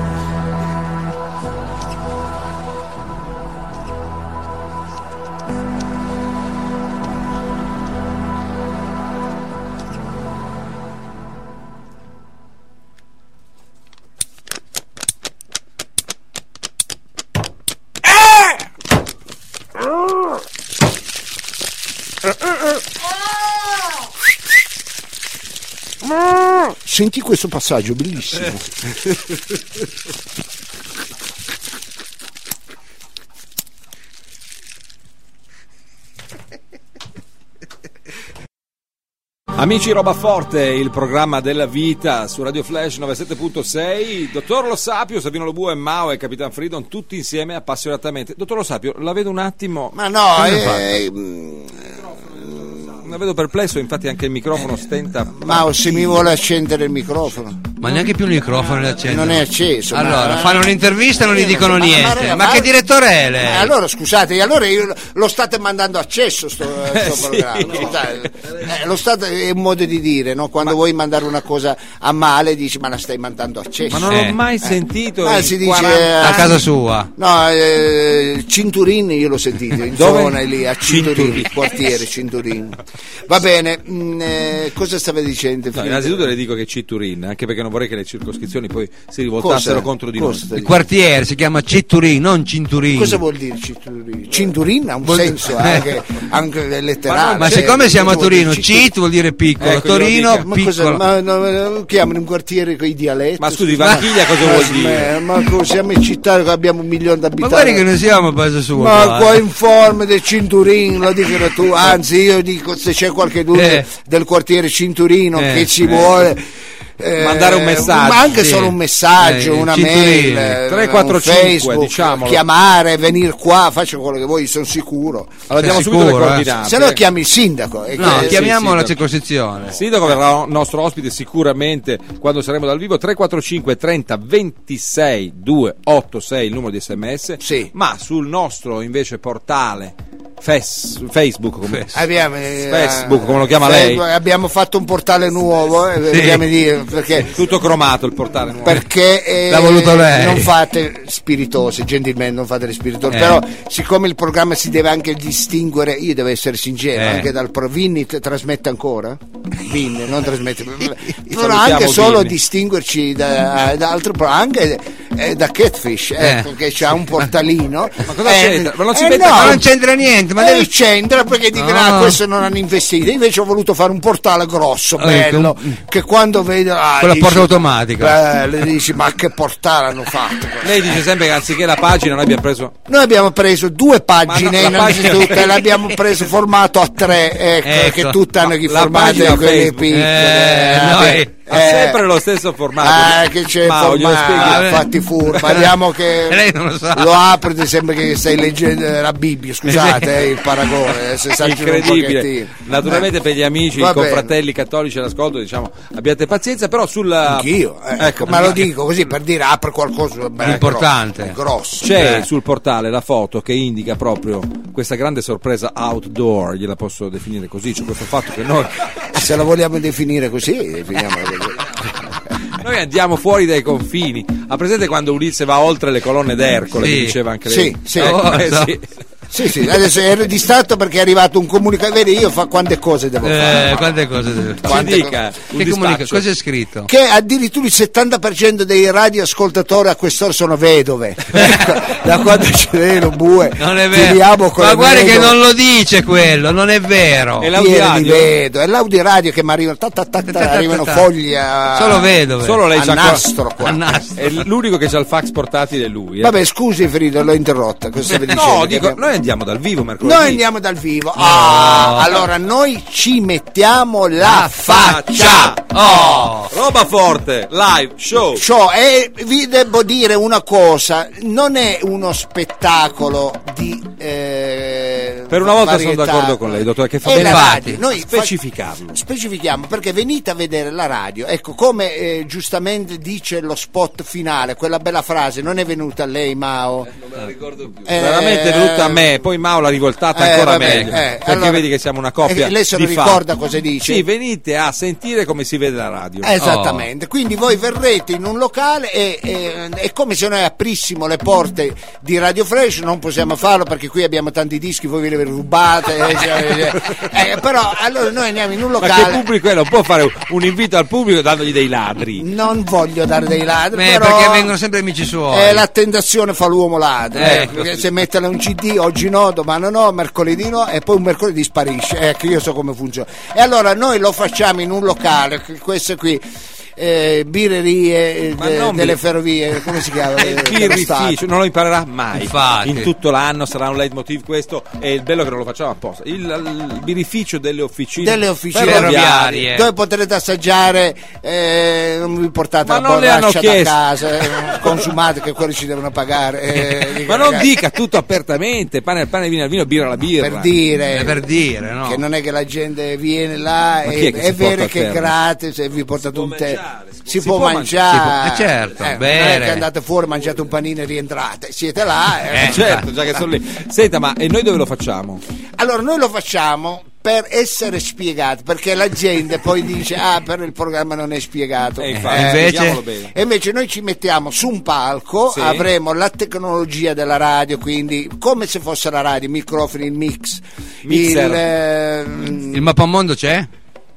Senti questo passaggio, bellissimo. Amici Roba Forte, il programma della vita su Radio Flash novantasette virgola sei. Dottor Lo Sapio, Savino Lobue, Mao e Capitan Freedom, tutti insieme appassionatamente. Dottor Lo Sapio, la vedo un attimo. Ma no, Come eh, La vedo perplesso, infatti anche il microfono stenta. Mao, se mi vuole accendere il microfono. Ma neanche più il microfono le accende. Non è acceso. Allora, ma- fanno un'intervista e non gli dicono Ma- ma- niente. Ma, ma- che direttore è lei? Eh, allora scusate, allora io lo state mandando a cesso sto, sto sì. programma. Scusate, eh, lo state è un modo di dire, no? Quando vuoi mandare una cosa a male dici ma la stai mandando a cesso. Ma non Eh. l'ho mai sentito. Ma in si dice, quaranta eh, A anni. casa sua. No, eh, Cinturin io l'ho sentito, in Dove? zona lì, a Cinturin, Cinturin. quartiere Cinturin. Va bene, mh, eh, cosa stava dicendo? No, innanzitutto le dico che Citturin, anche perché non non vorrei che le circoscrizioni poi si rivoltassero Cosa? contro di Cosa? noi. Il quartiere si chiama Citturin, non Cinturin. Cosa vuol dire cinturin? Cinturin ha un Vuol- senso anche, anche letterale. Ma eh, siccome siamo a cosa vuol Torino, dire cinturin? Cit vuol dire piccolo, Ecco, glielo Torino dica. Ma piccolo. cosa, ma no, chiamano un quartiere con i dialetti? Ma scusi, Vanchiglia cosa Ma- vuol dire? Ma, ma cosa, siamo in città che abbiamo un milione di Ma abitanti. guardi che non siamo a base sua. Ma qua, qua eh. in forma del Cinturin, lo dicono tu, anzi io dico se c'è qualcuno Eh. del quartiere Cinturino Eh. che ci Eh. vuole eh, Mandare un messaggio, ma anche sì. solo un messaggio, Eh, una Cinturini. mail, eh, tre quattro un cinque, Facebook, diciamolo. chiamare, venire qua, faccio quello che vuoi, sono sicuro. Allora diamo Sei subito le sicuro, eh? coordinate. Se no chiami il sindaco e No, che- chiamiamo sì, la sì, circoscrizione. Il sindaco verrà nostro ospite sicuramente quando saremo dal vivo. Tre quattro cinque trenta ventisei duecentottantasei il numero di sms, Sì. ma sul nostro invece portale Fes- Facebook come, Abbiamo, eh, Facebook, come lo chiama Facebook, lei? abbiamo fatto un portale nuovo, eh, Sì. vogliamo dire, perché tutto cromato il portale nuovo. perché eh, L'ha voluto lei. non fate spiritose, gentilmente non fate le spiritose, Eh. però siccome il programma si deve anche distinguere, io devo essere sincero, Eh. anche dal pro Vinny t- trasmette ancora? Vinny, non trasmette, però Salutiamo anche solo Vinny. distinguerci da, da altri pro, anche eh, da Catfish, eh, Eh. perché c'ha un portalino. Ma cosa Eh, c'entra? Ma non si eh, mette- no, Ma non c'entra niente, ma eh, deve... c'entra perché dicono No. ah, questo non hanno investito, invece ho voluto fare un portale grosso, Ecco. bello, che quando vedo ah, Con la dici, porta automatica. eh, le dici ma che portale hanno fatto. Lei dice sempre che anziché la pagina noi abbiamo preso Noi abbiamo preso due pagine Ma no, la innanzitutto pagina- e l'abbiamo preso formato a tre, ecco, Ecco. che tutte hanno i La formati pagina quelli Facebook. piccoli. Eh, noi- ha sempre lo stesso formato. Ah, che c'è il Mao, glielo formato, spieghi? fatti furba, vediamo che Lei non lo sa. lo apri ti sembra che stai leggendo la Bibbia, scusate eh, il paragone, se esagero un Incredibile. pochettino. Naturalmente per gli amici, Va i bene. confratelli cattolici all'ascolto, diciamo, abbiate pazienza, però sulla Anch'io, eh, Ecco, ma lo dico così per dire apre qualcosa di Importante. grosso. c'è Eh. sul portale la foto che indica proprio questa grande sorpresa outdoor, gliela posso definire così, c'è questo fatto che noi, Se la vogliamo definire così, definiamola così. noi andiamo fuori dai confini. Ha presente quando Ulisse va oltre le colonne d'Ercole, Sì. che diceva anche Sì, lei? sì. Eh, eh, No. sì. Sì, sì, adesso ero distratto perché è arrivato un comunicato, vedi io fa quante cose devo Eh, fare. quante cose deve Ci fare? Quante dica un Che comunica? dispaccio. Cosa è scritto? Che addirittura il settanta per cento dei radioascoltatori a quest'ora sono vedove. Ecco, da quando c'è lei lo bue, Non è tiriamo vero. con Ma le guarda che vedove. non lo dice quello, non è vero. E Pieno l'audiradio? di vedo, è l'audiradio che mi arriva, ta, ta, ta, ta, Ta, ta, ta, arrivano ta. fogli a, Solo vedove. Solo lei a c'ha nastro qua. A nastro. È l'unico che c'ha il fax portatile è lui. eh. Vabbè, scusi Frido, l'ho interrotta. Cosa stavi dicendo? No, Che dico, abbiamo- noi andiamo dal vivo mercoledì. Noi andiamo dal vivo. Ah, allora noi ci mettiamo la faccia. Oh. Roba forte, live, show. Ciò, e vi devo dire una cosa, non è uno spettacolo di eh, Per una volta sono varietà. d'accordo con lei, dottore, che fa È bene la Infatti, radio. Noi fa- specificarlo. specifichiamo perché venite a vedere la radio, ecco come eh, giustamente dice lo spot finale, quella bella frase, non è venuta a lei Mao? Non me la ricordo più. Eh, Veramente è venuta a me, poi Mao l'ha rivoltata eh, ancora vabbè, meglio. eh, perché allora- vedi che siamo una coppia. Eh, lei se lo di ricorda fatti. cosa dice? Sì, venite a sentire come si vede la radio. Esattamente, quindi voi verrete in un locale e, e- è come se noi aprissimo le porte di Radio Flash, non possiamo farlo perché qui abbiamo tanti dischi, voi ve li rubate, eh, cioè, eh, però allora noi andiamo in un Ma che locale, pubblico è? Non può fare un invito al pubblico dandogli dei ladri. non voglio dare dei ladri, Beh, però perché vengono sempre amici suoi. eh, la tentazione fa l'uomo ladro, Eh, ecco, perché se mettere un C D oggi no, domani no, mercoledì no e poi un mercoledì sparisce, ecco io so come funziona. E allora noi lo facciamo in un locale, questo qui eh, birrerie Ma de- non delle bir- ferrovie, come si chiama? È il Eh, dello Stato. birrificio, non lo imparerà mai. Infatti. In tutto l'anno sarà un leitmotiv questo, e il bello è che non lo facciamo apposta. Il, il birrificio delle officine, Delle officine ferroviarie. dove potrete assaggiare, eh, non vi portate Ma la non le hanno borraccia da chiesto. casa, eh, consumate che quelli ci devono pagare. eh, dico, Ma non ragazzi, dica tutto apertamente, pane al pane, vino al vino, birra alla birra. per dire, È per dire, no? che non è che la gente viene là Ma e chi è che è si vero porta a che è terra? gratis e vi portate può un tè, mangiare, si si, può può mangiare. mangiare, Si può- eh, certo, non è bene. che andate fuori, mangiate un panino e rientrate, siete là. eh. Eh, Certo, già che sono lì. Senta, ma e noi dove lo facciamo? Allora noi lo facciamo per essere spiegati, perché la gente poi dice ah però il programma non è spiegato. E infatti, Eh, invece- spieghiamolo bene. E invece noi ci mettiamo su un palco, Sì. avremo la tecnologia della radio, quindi come se fosse la radio, i microfoni, il mix, Mixer. il, ehm, Il mappamondo c'è?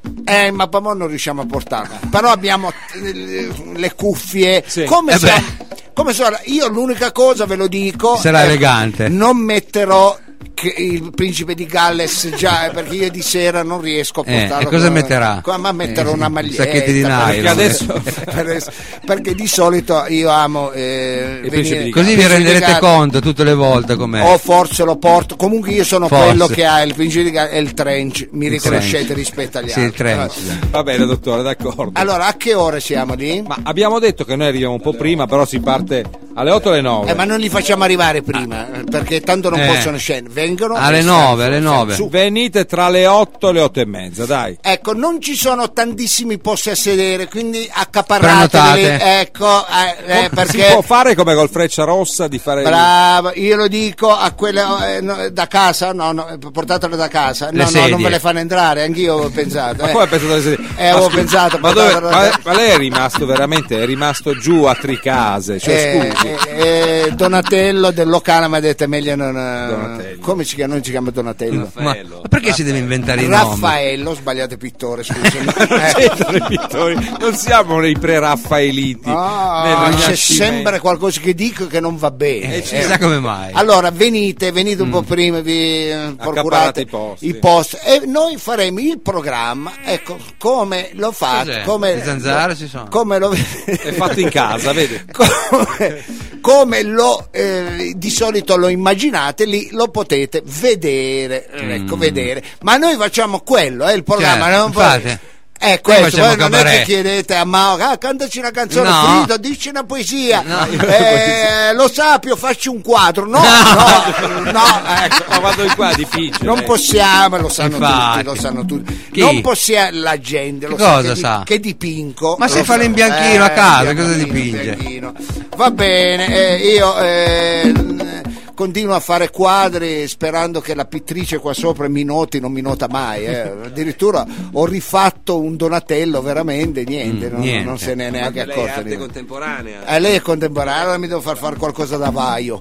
Eh, ma poi non riusciamo a portarla. Però abbiamo eh, le cuffie. Sì. Come Eh sono? beh. Come sono? Io l'unica cosa ve lo dico. Sarà eh, elegante. Non metterò che il principe di Galles già, perché io di sera non riesco a Eh, portarlo. e cosa con- metterà? con- ma metterò Eh, una maglietta. sacchetti di nylon. perché adesso- per- perché di solito io amo eh, I principi di Così vi Principe di renderete Galles. conto tutte le volte com'è. O forse lo porto. Comunque io sono Forse. quello che ha il principe di Galles e il trench. Mi Il riconoscete trench. rispetto agli Sì, altri. il trench. Va bene, dottore, d'accordo. Allora, a che ore siamo lì? Ma abbiamo detto che noi arriviamo un po' prima, però si parte alle otto o alle nove. Eh, ma non li facciamo arrivare prima, eh, perché tanto non Eh. possono scendere. Vengono Alle e nove, stanno- alle stanno nove. su. Venite tra le otto e le otto e mezza, dai. Ecco, non ci sono tantissimi posti a sedere, quindi accaparrateli. Prenotate. Ecco, eh, eh, Si perché può fare come col Freccia Rossa di fare bravo, io lo dico a quelle eh, no, da casa, no, no, portatele da casa. Le No, no, sedie. non ve le fanno entrare, anch'io ho pensato. Ma eh. come ha pensato alle sedie? Eh, Ma avevo scusi, pensato, ma, dove, portatele ma, da- ma lei è rimasto veramente, è rimasto giù a Tricase, cioè Eh, scusi. eh, eh, Donatello del locale mi ha detto meglio non eh, Donatello. come si chiama? Non si chiama Donatello. Ma, ma perché si deve inventare i nomi? Raffaello, sbagliate pittore, scusami. Non Eh. c'entrano i pittori, non siamo nei pre-raffaeliti. Ah, nel c'è Rinascimento. sempre qualcosa che dico che non va bene. Eh, chissà come mai. Allora venite, venite un po' prima, vi eh, procurate i posti. i posti e noi faremo il programma, ecco, come lo fate, Cos'è? come Le zanzare ci sono. come lo È fatto in casa, vede? come, come lo eh, di solito lo immaginate, lì lo potete vedere, ecco, vedere. Ma noi facciamo quello, è il programma, Certo, non infatti. è Noi questo, facciamo poi non è che cabaret. chiedete a Mao, ah, cantaci una canzone, No. Frido, dici una poesia, No. eh, lo Sapio, facci un quadro, no, no, no, ecco. Ma quando qua è difficile. Non eh. possiamo, lo sanno Infatti. tutti, lo sanno tutti. Chi? Non possiamo, la gente lo Che sa cosa che, di- sa? che dipingo. Ma lo se fa sa. l'imbianchino a casa, cosa bianchino, dipinge? bianchino. Va bene, eh, io eh, continuo a fare quadri sperando che la pittrice qua sopra mi noti, non mi nota mai. eh. Addirittura ho rifatto un Donatello, veramente niente, Mm, non, niente. non se ne è Ma neanche lei è accorta. arte di- contemporanea. Eh, lei è contemporanea, allora mi devo far fare qualcosa da Vaio.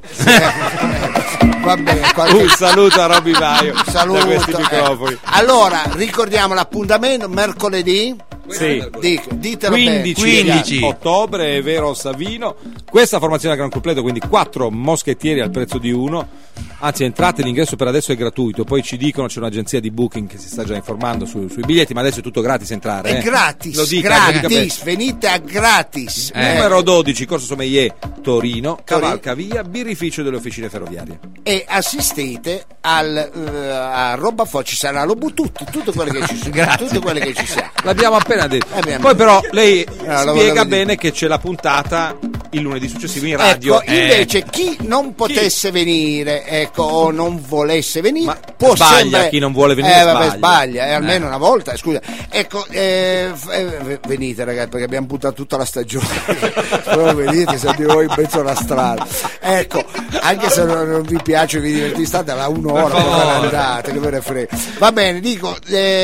Va bene, qualche- Un saluto a Roby Vaio saluto. da questi eh. microfoni. Allora, ricordiamo l'appuntamento mercoledì. Sì. Dico, ditelo bene. quindici, quindici. ottobre, è vero Savino. Questa formazione a gran completo, quindi quattro moschettieri al prezzo di uno. Anzi, entrate, l'ingresso per adesso è gratuito. Poi ci dicono c'è un'agenzia di booking che si sta già informando su- sui biglietti, ma adesso è tutto gratis entrare. È eh. gratis, Lo dica, lo dica gratis, venite a gratis. Eh. Eh, Numero dodici, Corso Sommelier, Torino, cavalcavia, birrificio delle officine ferroviarie. E assistete al, eh, a Roba Fo, ci sarà lo tutti, tutte quelle che ci sono. Grazie. Tutte quelle che ci sono. L'abbiamo appena detto. Abbiamo Poi detto. però lei Ah, lo spiega volevo bene che c'è la puntata il lunedì successivo in radio. Ecco, invece chi non potesse venire, ecco, o non volesse venire, Ma può sbaglia, sempre... chi non vuole venire eh, vabbè, sbaglia. sbaglia, eh, almeno Eh. una volta, scusa. Ecco, eh, f- eh, venite ragazzi, perché abbiamo buttato tutta la stagione. Però venite, se di voi in mezzo alla strada. Ecco, anche se non, non vi piace, vi divertite, state là un'ora, Per favore. poi andate, che ve ne frega. Va bene, dico,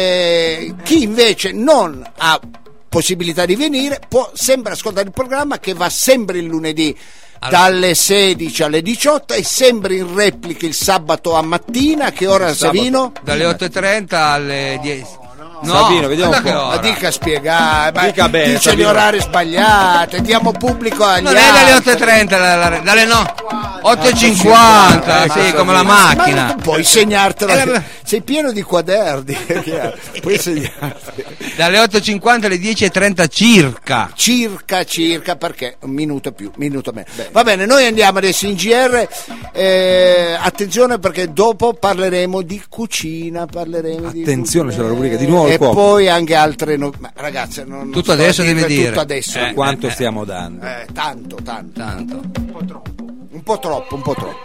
eh, chi invece non ha possibilità di venire può sempre ascoltare il programma che va sempre il lunedì dalle sedici alle diciotto e sempre in replica il sabato a mattina. Che ora Savino? Dalle otto e trenta alle dieci. No, Savino, vediamo da un che po'. ora? Ma dica a spiegare, ma Dica bene, dice gli Savino. orari sbagliati, diamo pubblico agli Non è dalle altri. otto e trenta, la- la- dalle no, otto e cinquanta, Ma- sì, come la Ma macchina. non puoi segnartelo, Eh, vabbè. sei pieno di quaderni, è chiaro. Puoi segnarti. Dalle otto e cinquanta alle dieci e trenta circa. Circa, circa, perché un minuto più, minuto meno. Va bene, noi andiamo adesso in G R. eh, attenzione perché dopo parleremo di cucina. Parleremo di Attenzione, cucina. c'è la rubrica di nuovo il E cuoco. poi anche altre. No... Ma ragazzi, non, non Tutto sto a adesso dirvi devi dire. Tutto adesso. Eh. Quanto stiamo dando? Eh, tanto, tanto. Tanto. Un po' troppo, un po' troppo, un po' troppo.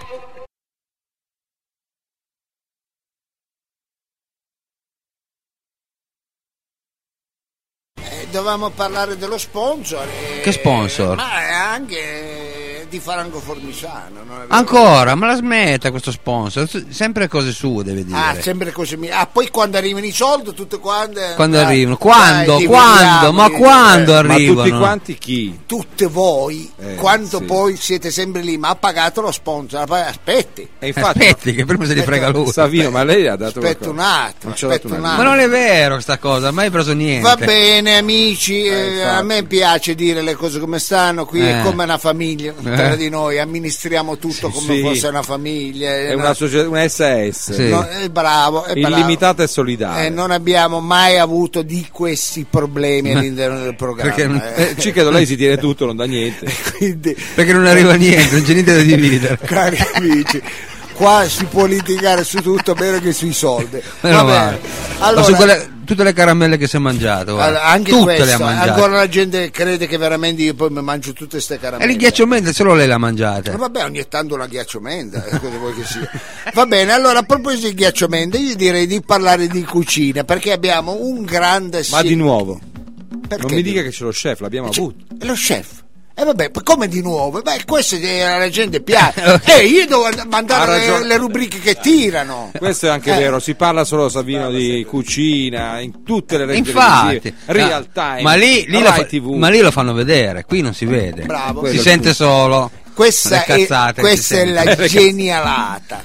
Eh, dovevamo parlare dello sponsor. eh, Che sponsor? Ma anche di Franco Formisano. Non è vero? Ancora, ma la smetta questo sponsor, sempre cose sue deve dire. Ah, sempre cose mie. Ah, poi quando arrivano i soldi, tutte quante. Quando dai, arrivano? Quando? dai, Quando? Ma diventiamo, quando eh, arrivano? Ma tutti quanti chi? Tutte voi, Eh, quando sì. poi siete sempre lì, ma ha pagato lo sponsor. Aspetti, E infatti, Aspetti, che prima se li frega lui. Savino, ma lei ha dato aspetta un qualcosa? attimo, Non ci ha dato aspetta un una- attimo. Ma non è vero sta cosa, mai preso niente. Va bene amici, eh, infatti. a me piace dire le cose come stanno, qui Eh. è come una famiglia, tra di noi amministriamo tutto Sì, come sì. fosse una famiglia. È eh, una, no, società, una S S. Sì. no, è bravo, è bravo. Illimitata e solidale. Eh, non abbiamo mai avuto di questi problemi all'interno del programma. Perché non- eh. Eh, ci credo, lei si tiene tutto, non dà niente. Quindi, Perché non arriva niente, non c'è niente da dividere. cari amici, qua si può litigare su tutto meno che sui soldi. Meno Va male. bene. Ma Allora, su quelle, tutte le caramelle che si è mangiato, guarda. allora, anche tutte questo, le ha mangiate. ancora la gente crede che veramente io poi mi mangio tutte queste E caramelle. il ghiaccio menta solo lei l'ha mangiate. Ma vabbè, ogni tanto una ghiacciomenda, eh, cosa vuoi che sia. Va bene, allora a proposito di ghiacciomenda, io direi di parlare di cucina, perché abbiamo un grande... Ma di nuovo. Perché Non mi di- dica che c'è lo chef, l'abbiamo C'è- avuto. è lo chef. E vabbè, come di nuovo? Beh, questo eh, alla gente piace. Eh, io devo and- Ha mandare le, ragione. le rubriche che tirano. Questo è anche Eh. vero, si parla solo, Savino, di cucina in tutte le reti Infatti, televisive, real ah, time, ma lì, lì, lo Rai fa- T V. ma lì lo fanno vedere, qui non si vede. Bravo. Si Quello sente è solo. Questa, le è, cazzate questa si è la sentono. genialata.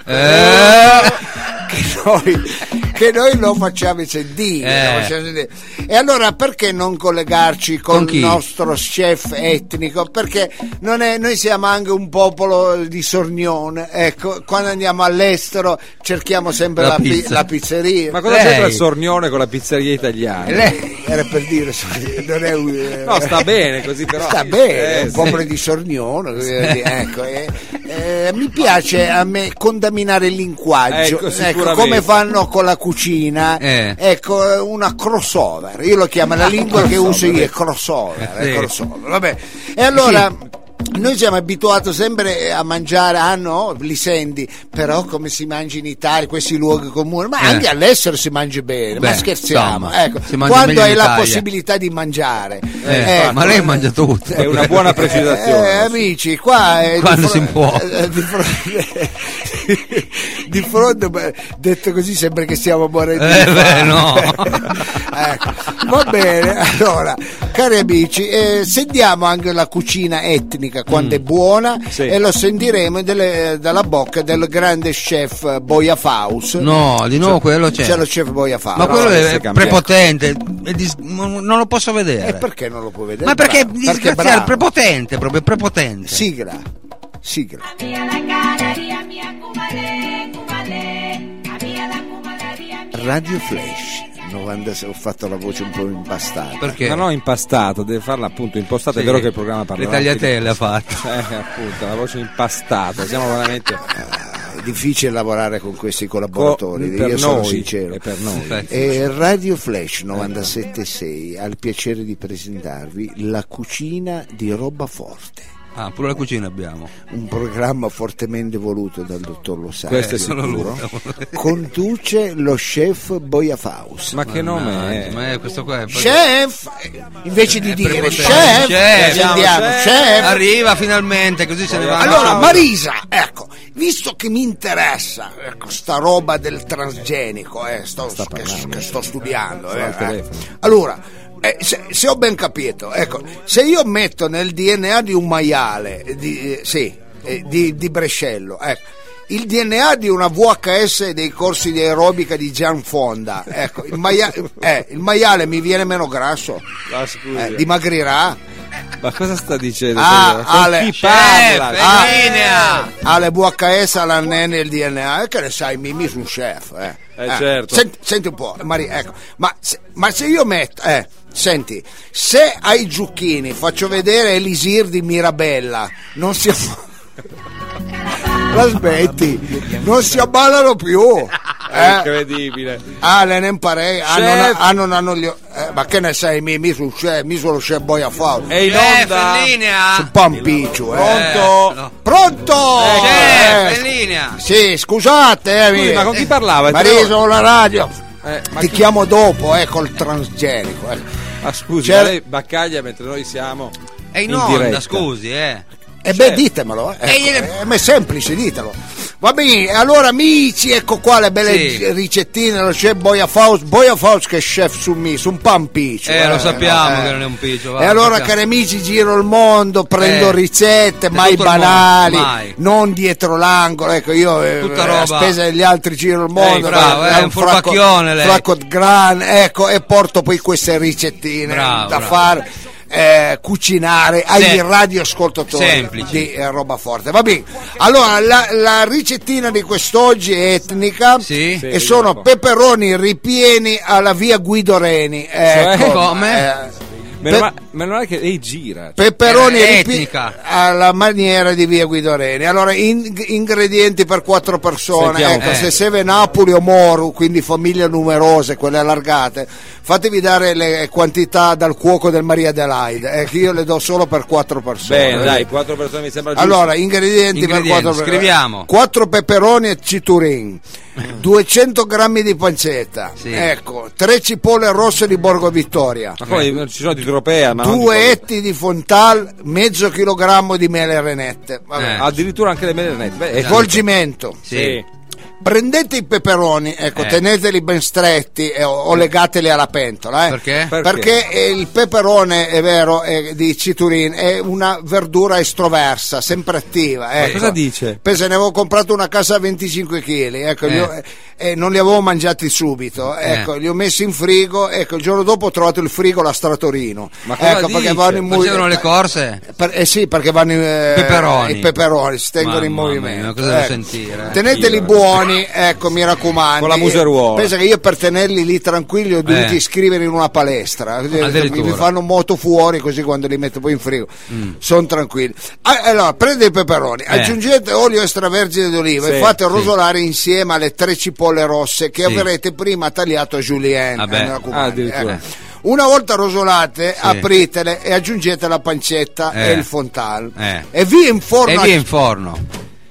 Eh. Che noi, che noi lo facciamo sentire, Eh. lo facciamo sentire. E allora perché non collegarci con, Con chi? il nostro chef etnico? Perché non è, noi siamo anche un popolo di sornione, ecco, quando andiamo all'estero cerchiamo sempre La la, pi- pizza. la pizzeria. Ma cosa Lei- c'entra il Sornione con la pizzeria italiana? Lei- Era per dire, non è un- No, sta bene così, però. sta bene, è Eh, un sì. popolo di sornione, eh, ecco, eh, eh, mi piace a me contaminare il linguaggio, Ecco, ecco, sicuramente. come fanno con la cucina, Eh. ecco, eh, una crossover, io lo chiamo la lingua che uso io è crossover, Eh, è sì. crossover, vabbè. E allora noi siamo abituati sempre a mangiare, ah no, li senti, però come si mangia in Italia, questi luoghi comuni, ma Eh. anche all'estero si mangia bene, ma Beh, scherziamo, insomma, ecco, si mangia quando meglio in hai la Italia. possibilità di mangiare. Eh, ecco. ma lei mangia tutto. È una buona precisazione. Eh, amici, qua è Quando di fro- si può. eh, di fronte, di fronte, beh, detto così sembra che stiamo morendo di Eh, fame. beh, no. Ecco, va bene, allora cari amici, eh, sentiamo anche la cucina etnica quando è buona Sì. e lo sentiremo delle- dalla bocca del grande chef Boia Faus. No, di nuovo quello c'è. C'è lo chef Boia Faus. Ma quello adesso è è cambiato. prepotente, è dis- non non lo posso vedere. E perché non lo può vedere? Ma perché Bravo, disgraziato, bravo. prepotente, proprio prepotente. Sigla, sigla. Radio Flash novantasei, ho fatto la voce un po' impastata. Perché? Ma no, impastato, deve farla appunto impostata. Sì. È vero che il programma parla Le tagliatelle ha fatto. Eh, appunto, la voce impastata. Siamo veramente. È difficile lavorare con questi collaboratori, Co- per io sono noi, sincero. e per noi. Infatti. E Radio Flash novantasette sei ha il piacere di presentarvi La cucina di Roba Forte, Ah, pure la cucina abbiamo. un programma fortemente voluto dal dottor Lo Sapio. Questo è Solo sicuro. lui. Conduce lo chef Boia Faus. Ma che nome è? Ma è questo qua è Chef, invece di È dire prepotente. chef, Chef, sentiamo, chef. chef. Arriva finalmente, così se ne va. Allora, Ciao. Marisa, ecco, visto che mi interessa ecco, sta roba del transgenico, eh, sto, che, che sto studiando, eh, al eh. telefono. allora, eh, se, se ho ben capito, ecco, se io metto nel D N A di un maiale, di, eh, sì, eh, di, di Brescello, ecco, il D N A di una V H S dei corsi di aerobica di Gian Fonda, ecco, il, maia- eh, il maiale mi viene meno grasso, Ma scusi, eh, dimagrirà. ma cosa sta dicendo? Ah, Con Ale, chi chef, parla? è Ah, in linea. alle V H S, alla N N e il D N A, e che ne sai, Mimì su un chef, eh. Eh, certo. Senti, senti un po', Maria, ecco, ma se, ma se io metto, eh, senti, se ai zucchini faccio vedere Elisir di Mirabella, non si la smetti, non si abballano più, È eh. incredibile. Ah, le ne imparei, ah, non, Chef. ah, non hanno gli eh, ma che ne sai, mi, mi sul chef, mi sullo chef Boia Faus, È in Chef, onda. in linea. un po' un piccio, eh. Pronto? no. Pronto? Chef, Eh, in linea. Sì, scusate, eh, Scusi, mi- ma con chi parlava? Marisa con la radio. Eh, ma Ti chi- chiamo dopo, eh, col transgenico. Eh. Ah, scusi, C'era- ma lei baccaglia mentre noi siamo È in in onda, diretta. scusi, eh. E eh beh, ditemelo, ecco, E gliele- eh, ma è semplice, ditelo. Va bene, allora amici, ecco qua le belle Sì. ricettine, lo chef Boia Faust, Boia Faust che è chef su me, su un pan piccio. Eh, lo sappiamo no, eh. che non è un piccio. va, E allora, sappiamo. cari amici, giro il mondo, prendo Eh, ricette, di mai tutto il mondo, banali, mai. non dietro l'angolo. Ecco, io eh, Tutta a roba- spesa degli altri giro il mondo, Eh, bravo, da- è da un furbacchione lei. fracco gran, ecco, e porto poi queste ricettine Bravo, da bravo. fare. Eh, cucinare agli Sem- radioascoltatori semplici. di eh, roba forte. Va bene, allora la, la ricettina di quest'oggi è etnica Sì. e sono peperoni ripieni alla via Guido Reni. Ecco, come? eh, Meno, Pe- ma- meno male che lei gira. peperoni Era ripieni etnica. alla maniera di via Guido Reni. Allora, in- ingredienti per quattro persone. Sentiamo. Ecco, Eh. se serve Napoli o Moru, quindi famiglie numerose, quelle allargate, fatevi dare le quantità dal cuoco del Maria Adelaide. Ecco, io le do solo per quattro persone. Bene, dai, quattro persone mi sembra giusto. Allora, ingredienti, per Ingredienti, quattro scriviamo. quattro peperoni e citurin, duecento grammi di pancetta, Sì. ecco, tre cipolle rosse di Borgo Vittoria, Ma come non ci sono di tropea, ma non di due cose- etti di Fontal, mezzo chilogrammo di mele renette. Vabbè. Eh. addirittura anche le mele nette. Beh, è- Svolgimento. Sì. Prendete i peperoni, ecco, Eh. teneteli ben stretti eh, o, o legateli alla pentola. Eh. Perché? Perché? Perché eh, il peperone, è vero, è di citurin, è una verdura estroversa, sempre attiva. Ecco. cosa dice? Pensa, ne avevo comprato una casa a venticinque chili, ecco, Eh. li ho- eh, non li avevo mangiati subito, ecco, li ho messi in frigo, ecco, il giorno dopo ho trovato il frigo la Stratorino. Ma cosa ecco, perché dice? vanno in mu- Facevano le corse? per- eh sì, perché vanno in, eh, Peperoni. i peperoni, si tengono in Mamma movimento. mia, cosa devo ecco. sentire, eh? Teneteli buoni, ecco, mi raccomando. Con la museruola. Pensa che io per tenerli lì tranquilli ho dovuto Eh. iscriverli in una palestra. Addirittura. Mi fanno moto fuori, così quando li metto poi in frigo sono tranquilli. Ah, allora, prendete i peperoni, Mm. Eh. aggiungete olio extravergine d'oliva Sì, e fate sì. rosolare insieme alle tre cipolle rosse che Sì. avrete prima tagliato a julienne. Vabbè. eh, mi raccomando, Ah, addirittura. eh. Una volta rosolate, Sì. apritele e aggiungete la pancetta Eh. e il fontal. Eh. E via in forno. E via in forno.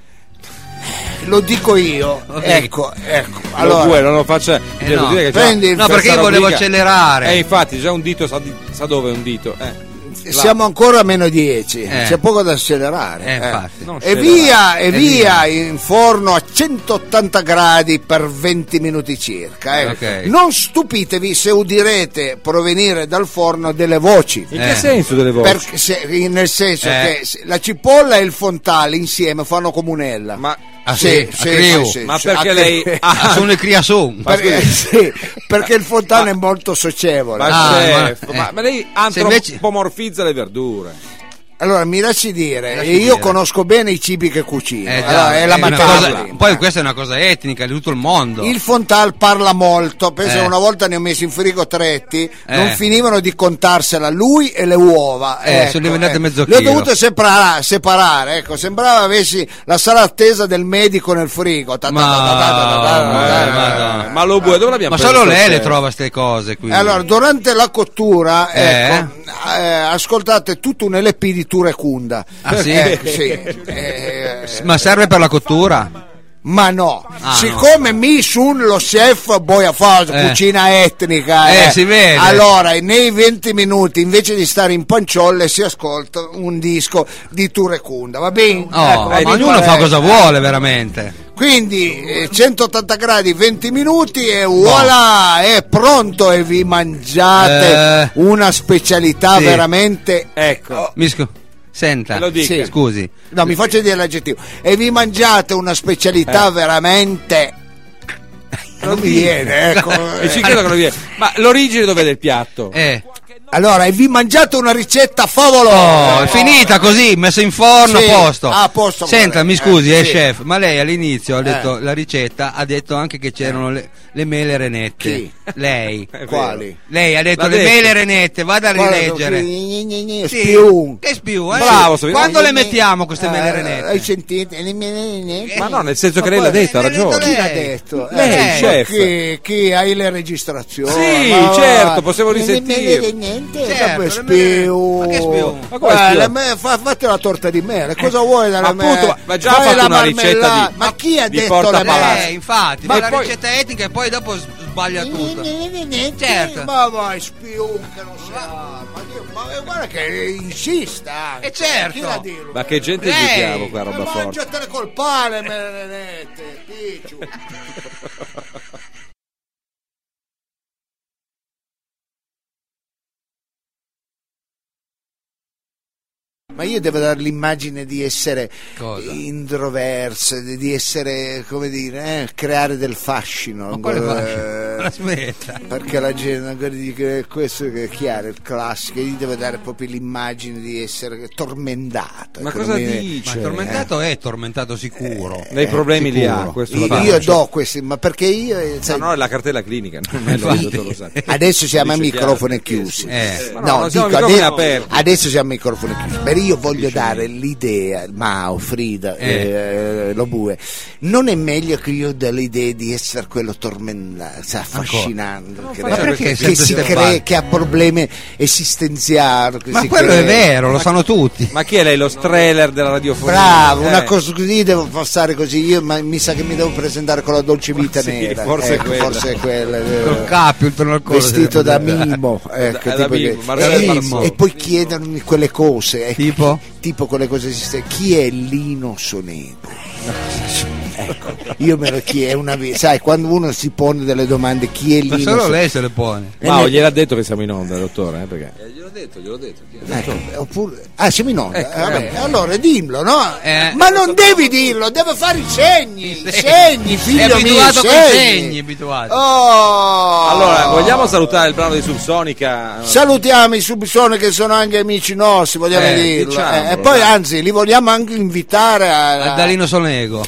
Lo dico io. Ok. Ecco, ecco. Allora, Allora, non lo faccia. devo no. dire che già- Prendi il- No, questa perché io volevo rubrica- accelerare. Eh, infatti, già un dito sa, di- sa dove è un dito. Eh. siamo ancora a meno dieci, Eh. c'è poco da accelerare. Eh, eh. infatti. Non E accelerare. via, e E via in forno a centottanta gradi per venti minuti circa. eh. Ok. Non stupitevi se udirete provenire dal forno delle voci. In Eh. che senso delle voci? Perché se- nel senso Eh. che se- la cipolla e il fontale insieme fanno comunella. Ma, Ah, sì? A Criu? ma sì, perché a lei. Criu. Ah, Ah, sono il criasun. Perché, sì, perché il fontane è molto socievole. ma, Ah, chef, ma- ma, eh. ma lei Se invece- antropomorfizza le verdure. Allora, mi lasci dire, lasci io dire. conosco bene i cibi che cucino. Eh, già, Allora, è la è una materia cosa- prima. poi questa è una cosa etnica di tutto il mondo. Il Fontal parla molto, penso Eh. che una volta ne ho messi in frigo tretti, Eh. non finivano di contarsela lui e le uova. Eh, ecco, sono diventate mezzo Le ho chilo. dovute separa- separare, ecco, sembrava avessi la sala attesa del medico nel frigo. Ta- ta- ta- ta- ta- ta- ta- ta- Ma- ta- eh, ta- Madonna. Ma lo bue dove l'abbiamo Ma preso solo lei questo le chef? trova queste cose qui. Allora, durante la cottura, Eh. ecco, eh, ascoltate tutto un L P di Turecunda. Ah, sì? Eh, sì. Eh, Ma serve per la cottura? Ma no, Ah, siccome mi sun lo chef Boia Faust, Eh. cucina etnica, Eh, si vede. allora nei venti minuti invece di stare in panciolle si ascolta un disco di Turecunda, va bene? Oh, Ecco, ma vi ognuno pare- fa cosa vuole veramente. Quindi eh, centottanta gradi, venti minuti e voilà, è pronto e vi mangiate Eh. una specialità Sì. veramente... Ecco. Mi scu- Senta, Me lo dica. Sì. scusi. No, mi faccio dire l'aggettivo. E vi mangiate una specialità Eh. veramente... Non mi viene, ecco. E ci credo che lo viene. Ma l'origine dov'è del piatto? Eh. Allora, e vi mangiate una ricetta favolosa. Oh, è finita così, messa in forno, Sì, a posto. a posto, Senta, guarda. mi scusi, Eh, eh, sì. chef, ma lei all'inizio ha detto la ricetta, ha detto anche che c'erano le, le mele renette. Chi? Lei. È vero. Quali? Lei ha detto L'ha le detto. mele renette, vada a Guarda, rileggere. gni, gni, gni, Sì. spiù. Che spiù, eh? Bravo, Sì. Savino. Quando le mettiamo queste mele Eh, renette? Hai sentito? Le mele renette? Ma no, nel senso che Ma lei l'ha poi- detto, ha l'ha detto ragione. Chi l'ha lei. detto? Lei, Eh, chef. Chi, chi hai le registrazioni? Sì, Ma certo, va. possiamo Le risentire. mele renette? Certo, Dopo è le mele- spiù. Ma che spiù? Ma come Eh, spiù? le me- fa- fate la torta di mele, cosa vuoi dalla Ma appunto, mele? ma già Fai ha fatto la una ricetta marmellata. di- Ma chi ha di detto Porta le Palazzo. mele? Eh, infatti, Ma fa la poi- ricetta etnica e poi dopo sbaglia tutto. Certo. Certo. Ma vai, spiù che non sa. Ma, io- ma eh, guarda che insista. E certo. Chi la dirlo? Ma che gente Lei. invitiamo qua a Roba Forte. Mangiatele col pane, Melenette. Picciu. Ma io devo dare l'immagine di essere Cosa? introverso, di di essere, come dire, eh, creare del fascino. Ma quale Eh, fascino? Ma smetta. Perché la gente ancora dice questo che è chiaro, il classico, io devo dare proprio l'immagine di essere tormentato. Ma Ecco, cosa non mi- dice? Ma tormentato è tormentato sicuro. Dei problemi li ha, sicuro. questo Io, lo io faccio. do questi, ma perché io eh, No, sai, no, è la cartella clinica, non è lo, dottor Lo sa. adesso siamo a Dice microfoni chiaro, chiusi. Eh. Ma no, non siamo dico, microfoni adesso, aperti. adesso siamo a microfoni chiusi. Per io voglio dare l'idea, Mao, Frida, Eh. eh, Lobue, non è meglio che io do l'idea di essere quello tormentato, sai, affascinante, che, Ma perché che sempre si ste crea, balle? che ha problemi esistenziali. che Ma si quello crea- è vero, lo sanno tutti. Ma chi è lei, lo trailer della radiofonia? Bravo, Eh. una cosa così devo passare così. Io ma mi sa che mi devo presentare con la dolce vita Sì, nera. forse Ecco, quella. forse è quella. eh, Col cappio intorno al collo. Vestito da sarebbe- mimo, ecco, Da- da tipo che- mimo, Marcella e, Marzoni. e poi chiedono quelle cose, ecco, Tipo? tipo quelle cose esiste. Chi è Lino Sonego? Ecco, io me lo chiedo una vita, sai, quando uno si pone delle domande, chi è Ma Lino solo Sonego? lei se le pone. E Ma ne- gliel'ha detto che siamo in onda, dottore, eh, perché? Eh, gliel'ho detto, gliel'ho detto. Ecco, oppure, ah, siamo in onda. Ecco, Eh, vabbè, eh. allora dillo, no? Eh. Ma non devi dirlo, deve fare i segni. I segni, È figlio mio. abituato i con i segni, abituato. Oh. Allora, vogliamo salutare il brano di Subsonica? Salutiamo i Subsonic che sono anche amici nostri, vogliamo Eh, dirlo. diciamolo, Eh, e poi dai. anzi, li vogliamo anche invitare a. Al Dalino Sonego.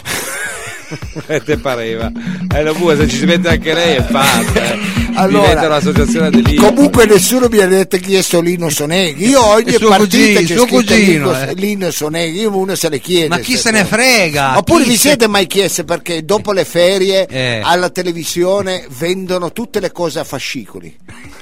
E te pareva. Eh, lo bue, se ci si mette anche lei è fatta. Eh. Allora, Diventa un'associazione dell'I. Comunque nessuno mi ha detto chi è sto Lino Soneghi. Io ogni Il suo partita cugino, c'è il suo scritto cugino, Lino, eh. Lino Soneghi, io uno se le chiede. Ma chi se se ne frega? Oppure Chi vi se- siete mai chiesti perché dopo le ferie Eh. alla televisione vendono tutte le cose a fascicoli?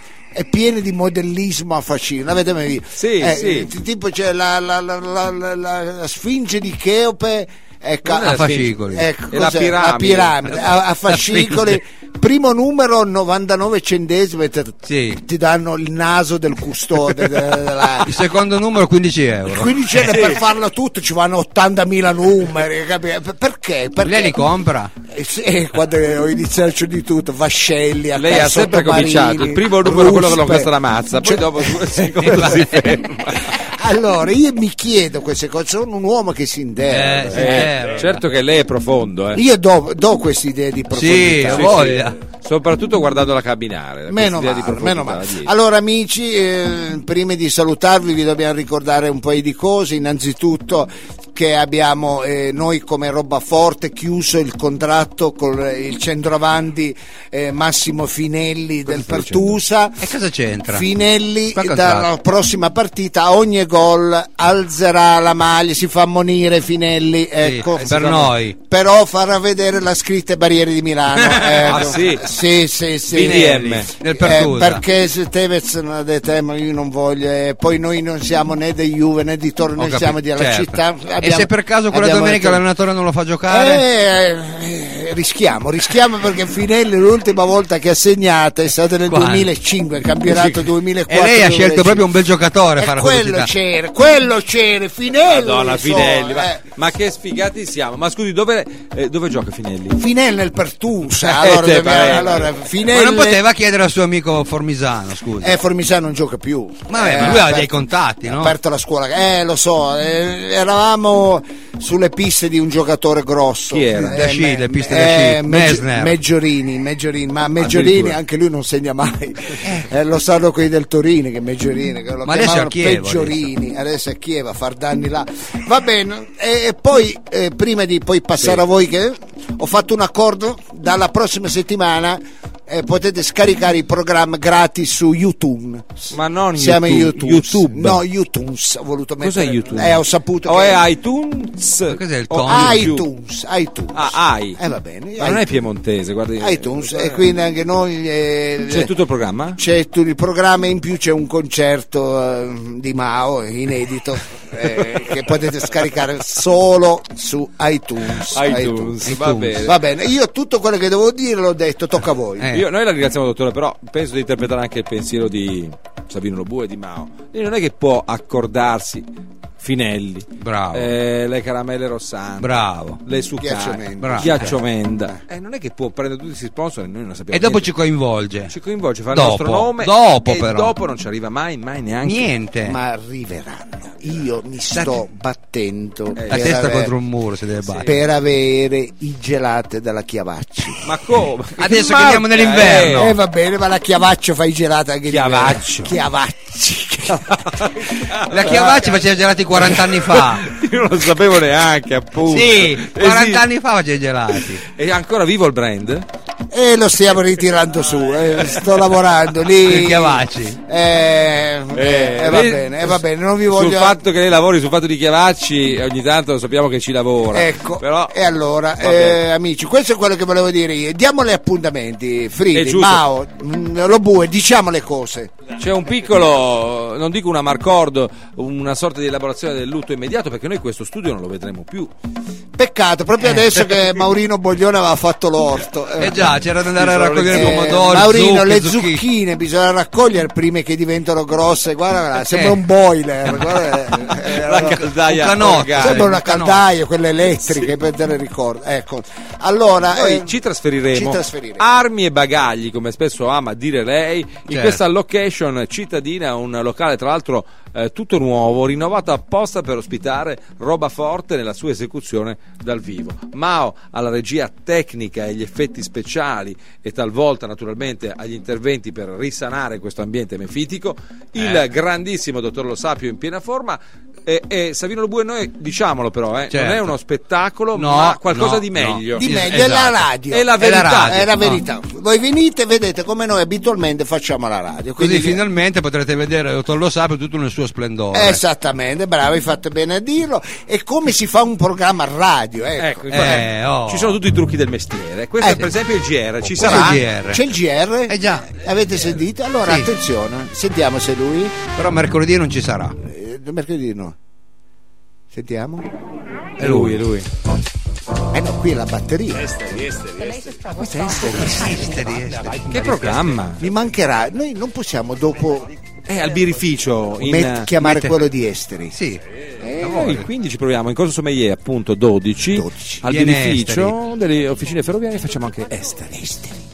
È pieno di modellismo a fascicoli, l'avete mai visto? Sì, Eh, sì. t- Tipo c'è la, la, la, la, la, la- la Sfinge di Cheope. Ecco, Non è a fascicoli. ecco, È la cos'è? piramide. La piramide, a, a fascicoli, primo numero novantanove centesimi e te- Sì. ti danno il naso del custode. de- della- Il secondo numero quindici euro. quindi c'è per farlo tutto ci vanno ottantamila numeri, capi- Per- perché? Perché Lei li compra? Eh, sì, quando ho iniziato c'è di tutto, vascelli, a Lei ha sempre sottomarini, cominciato. Il primo numero è quello che non ruspe. costa la mazza, poi Cioè- dopo si, come si ferma. Allora io mi chiedo queste cose, sono un uomo che si interroga. Eh, sì. Eh, certo che lei è profondo, eh. Io do, do queste idee di Sì, profondità. ha voglia. Soprattutto guardandola camminare. Meno quest'idea di male, profondità meno male. là dietro. Allora amici, eh, prima di salutarvi vi dobbiamo ricordare un paio di cose. Innanzitutto che abbiamo eh, noi come Roba Forte chiuso il contratto con il centroavanti eh, Massimo Finelli del stai Pertusa. E cosa c'entra? Finelli Qual contratto? dalla prossima partita a ogni gol alzerà la maglia, si fa ammonire Finelli, ecco. Sì, per noi. Però farà vedere la scritta Barriere di Milano. ecco. Ah, sì? Sì, sì, sì. B D M. Del Eh, Pertusa. perché se Tevez non ha detto eh, ma io non voglio, e poi noi non siamo né di Juve né di Torino, Ho noi capito, siamo della certo. città. E abbiamo- se per caso quella abbiamo domenica detto- l'allenatore non lo fa giocare? eh, eh, rischiamo, rischiamo perché Finelli l'ultima volta che ha segnato è stato nel Quando? duemilacinque, campionato E duemilaquattro. lei ha scelto proprio un bel giocatore a E fare la quello pubblicità. c'era, quello c'era, Finelli. Madonna, so, Finelli, ma, eh. ma che sfigati siamo? Ma scusi, dove, eh, dove gioca Finelli? Finelli nel Pertusa, Eh, allora, te dobbiamo- pare. allora Ma Finelli non poteva chiedere al suo amico Formisano, scusa. eh, Formisano non gioca più. Ma vabbè, Eh, ma lui ha aperto- dei contatti, no? Ha aperto la scuola, eh lo so, eh, eravamo sulle piste di un giocatore grosso. Chi era? Da sci, le piste da sci. Messner. Meggiorini, Meggiorini, ma Meggiorini Addirittura. anche lui non segna mai. Eh, lo sanno quelli del Torino che Meggiorini, che lo Ma adesso è a chiamavano Chievo, Peggiorini, adesso. è a Chievo a far danni là. Va bene, e, e poi eh, prima di poi passare Sì. a voi che ho fatto un accordo, dalla prossima settimana eh, potete scaricare il programma gratis su YouTube. Ma non Siamo in YouTube, YouTube. YouTube. No, iTunes ho voluto mettere. Cos'è YouTube? Eh, ho saputo O che è iTunes? Cos'è il O tono? YouTube? iTunes, iTunes. Ah, i. Eh va bene. Ma non è iTunes. piemontese, guardi. iTunes e quindi anche noi eh, C'è tutto il programma? c'è tutto il programma, in più c'è un concerto eh, di Mao inedito eh, che potete scaricare solo su iTunes. iTunes, va bene. Va bene, io tutto quello che devo dire l'ho detto, tocca a voi. Eh. Io, noi la ringraziamo, dottore, però penso di interpretare anche il pensiero di Savino Lobue e di Mao. Lei non è che può accordarsi Finelli, Bravo. eh, le caramelle Rossane, Bravo. le succate, Ghiacciomenda. Bravo. Ghiacciomenda. Eh, non è che può prendere tutti questi sponsor e noi non sappiamo E dopo niente. ci coinvolge. ci coinvolge, fa il Dopo, nostro nome dopo e però. dopo non ci arriva mai, mai neanche Niente. Ma arriveranno. Io mi sto battendo Eh, La per, testa avere, contro un muro si deve battere. per avere i gelati della Chiavacci. Ma come? Adesso Marca, che andiamo nell'inverno. Eh va bene, ma la Chiavaccio fa i gelati anche Chiavaccio. di Chiavacci. La Chiavacci faceva gelati quaranta anni fa. Io non lo sapevo neanche, appunto. Sì, quaranta Esiste. anni fa faceva i gelati. È ancora vivo il brand? E lo stiamo ritirando su, eh, sto lavorando lì. Il Chiavacci. Eh, eh, eh, va lei- bene, eh, va bene, non vi Sul voglio. fatto che lei lavori sul fatto di Chiavacci, ogni tanto sappiamo che ci lavora. Ecco, Però e allora, Va bene. eh, amici, questo è quello che volevo dire io. Diamo gli appuntamenti, È Fridi, giusto. Mao, mh, Lobue, diciamo le cose. c'è un piccolo, non dico una marcord, una sorta di elaborazione del lutto immediato, perché noi questo studio non lo vedremo più. Peccato, proprio adesso che Maurino Boglione aveva fatto l'orto. Eh già, c'era da andare a raccogliere Eh, i pomodori. Maurino, zucche, le zucchine. zucchine bisogna raccogliere prima che diventano grosse. Guarda, sembra Eh. un boiler. Guarda, eh, La eh, caldaia un canotto. organica. sembra una un canotto. caldaia, quelle elettriche per te le ricordo. Ecco, allora Noi eh, ci trasferiremo, ci trasferiremo. armi e bagagli, come spesso ama dire lei, in Certo. questa location cittadina, un locale tra l'altro eh, tutto nuovo, rinnovato apposta per ospitare Roba Forte nella sua esecuzione dal vivo. Mao alla regia tecnica e agli effetti speciali e talvolta naturalmente agli interventi per risanare questo ambiente mefitico, il Eh. grandissimo dottor Lo Sapio in piena forma. E, e Savino Lobue, noi diciamolo però, eh, non Certo. è uno spettacolo, No, ma qualcosa no, di meglio. no. Di Es- meglio è la esatto. radio. È la verità. radio. È la No. verità. Voi venite e vedete come noi abitualmente facciamo la radio. Così quindi- finalmente potrete vedere il dottor Lo Sapio tutto nel suo splendore. Esattamente, bravo, hai fatto bene a dirlo. E come si fa un programma radio? Ecco. Ecco, infatti, Eh, oh. ci sono tutti i trucchi del mestiere. Questo Eh, è per esempio il G R, ci questo sarà? è il G R. C'è il G R? Eh già. Avete sentito? Allora Sì. attenzione, sentiamo se lui. Però mercoledì non ci sarà. Eh, mercoledì no. Sentiamo. È lui, è lui. Eh no, qui è la batteria. Esteri, esteri, esteri. Questa è esteri. Esteri, esteri. Che programma? Mi mancherà. Noi non possiamo dopo È al birrificio in met- chiamare mette- quello di esteri. Sì. Eh, noi il quindici proviamo in Corso Sommelier, appunto dodici, dodici. al Viene birrificio delle officine ferroviarie, facciamo anche esteri. Esteri.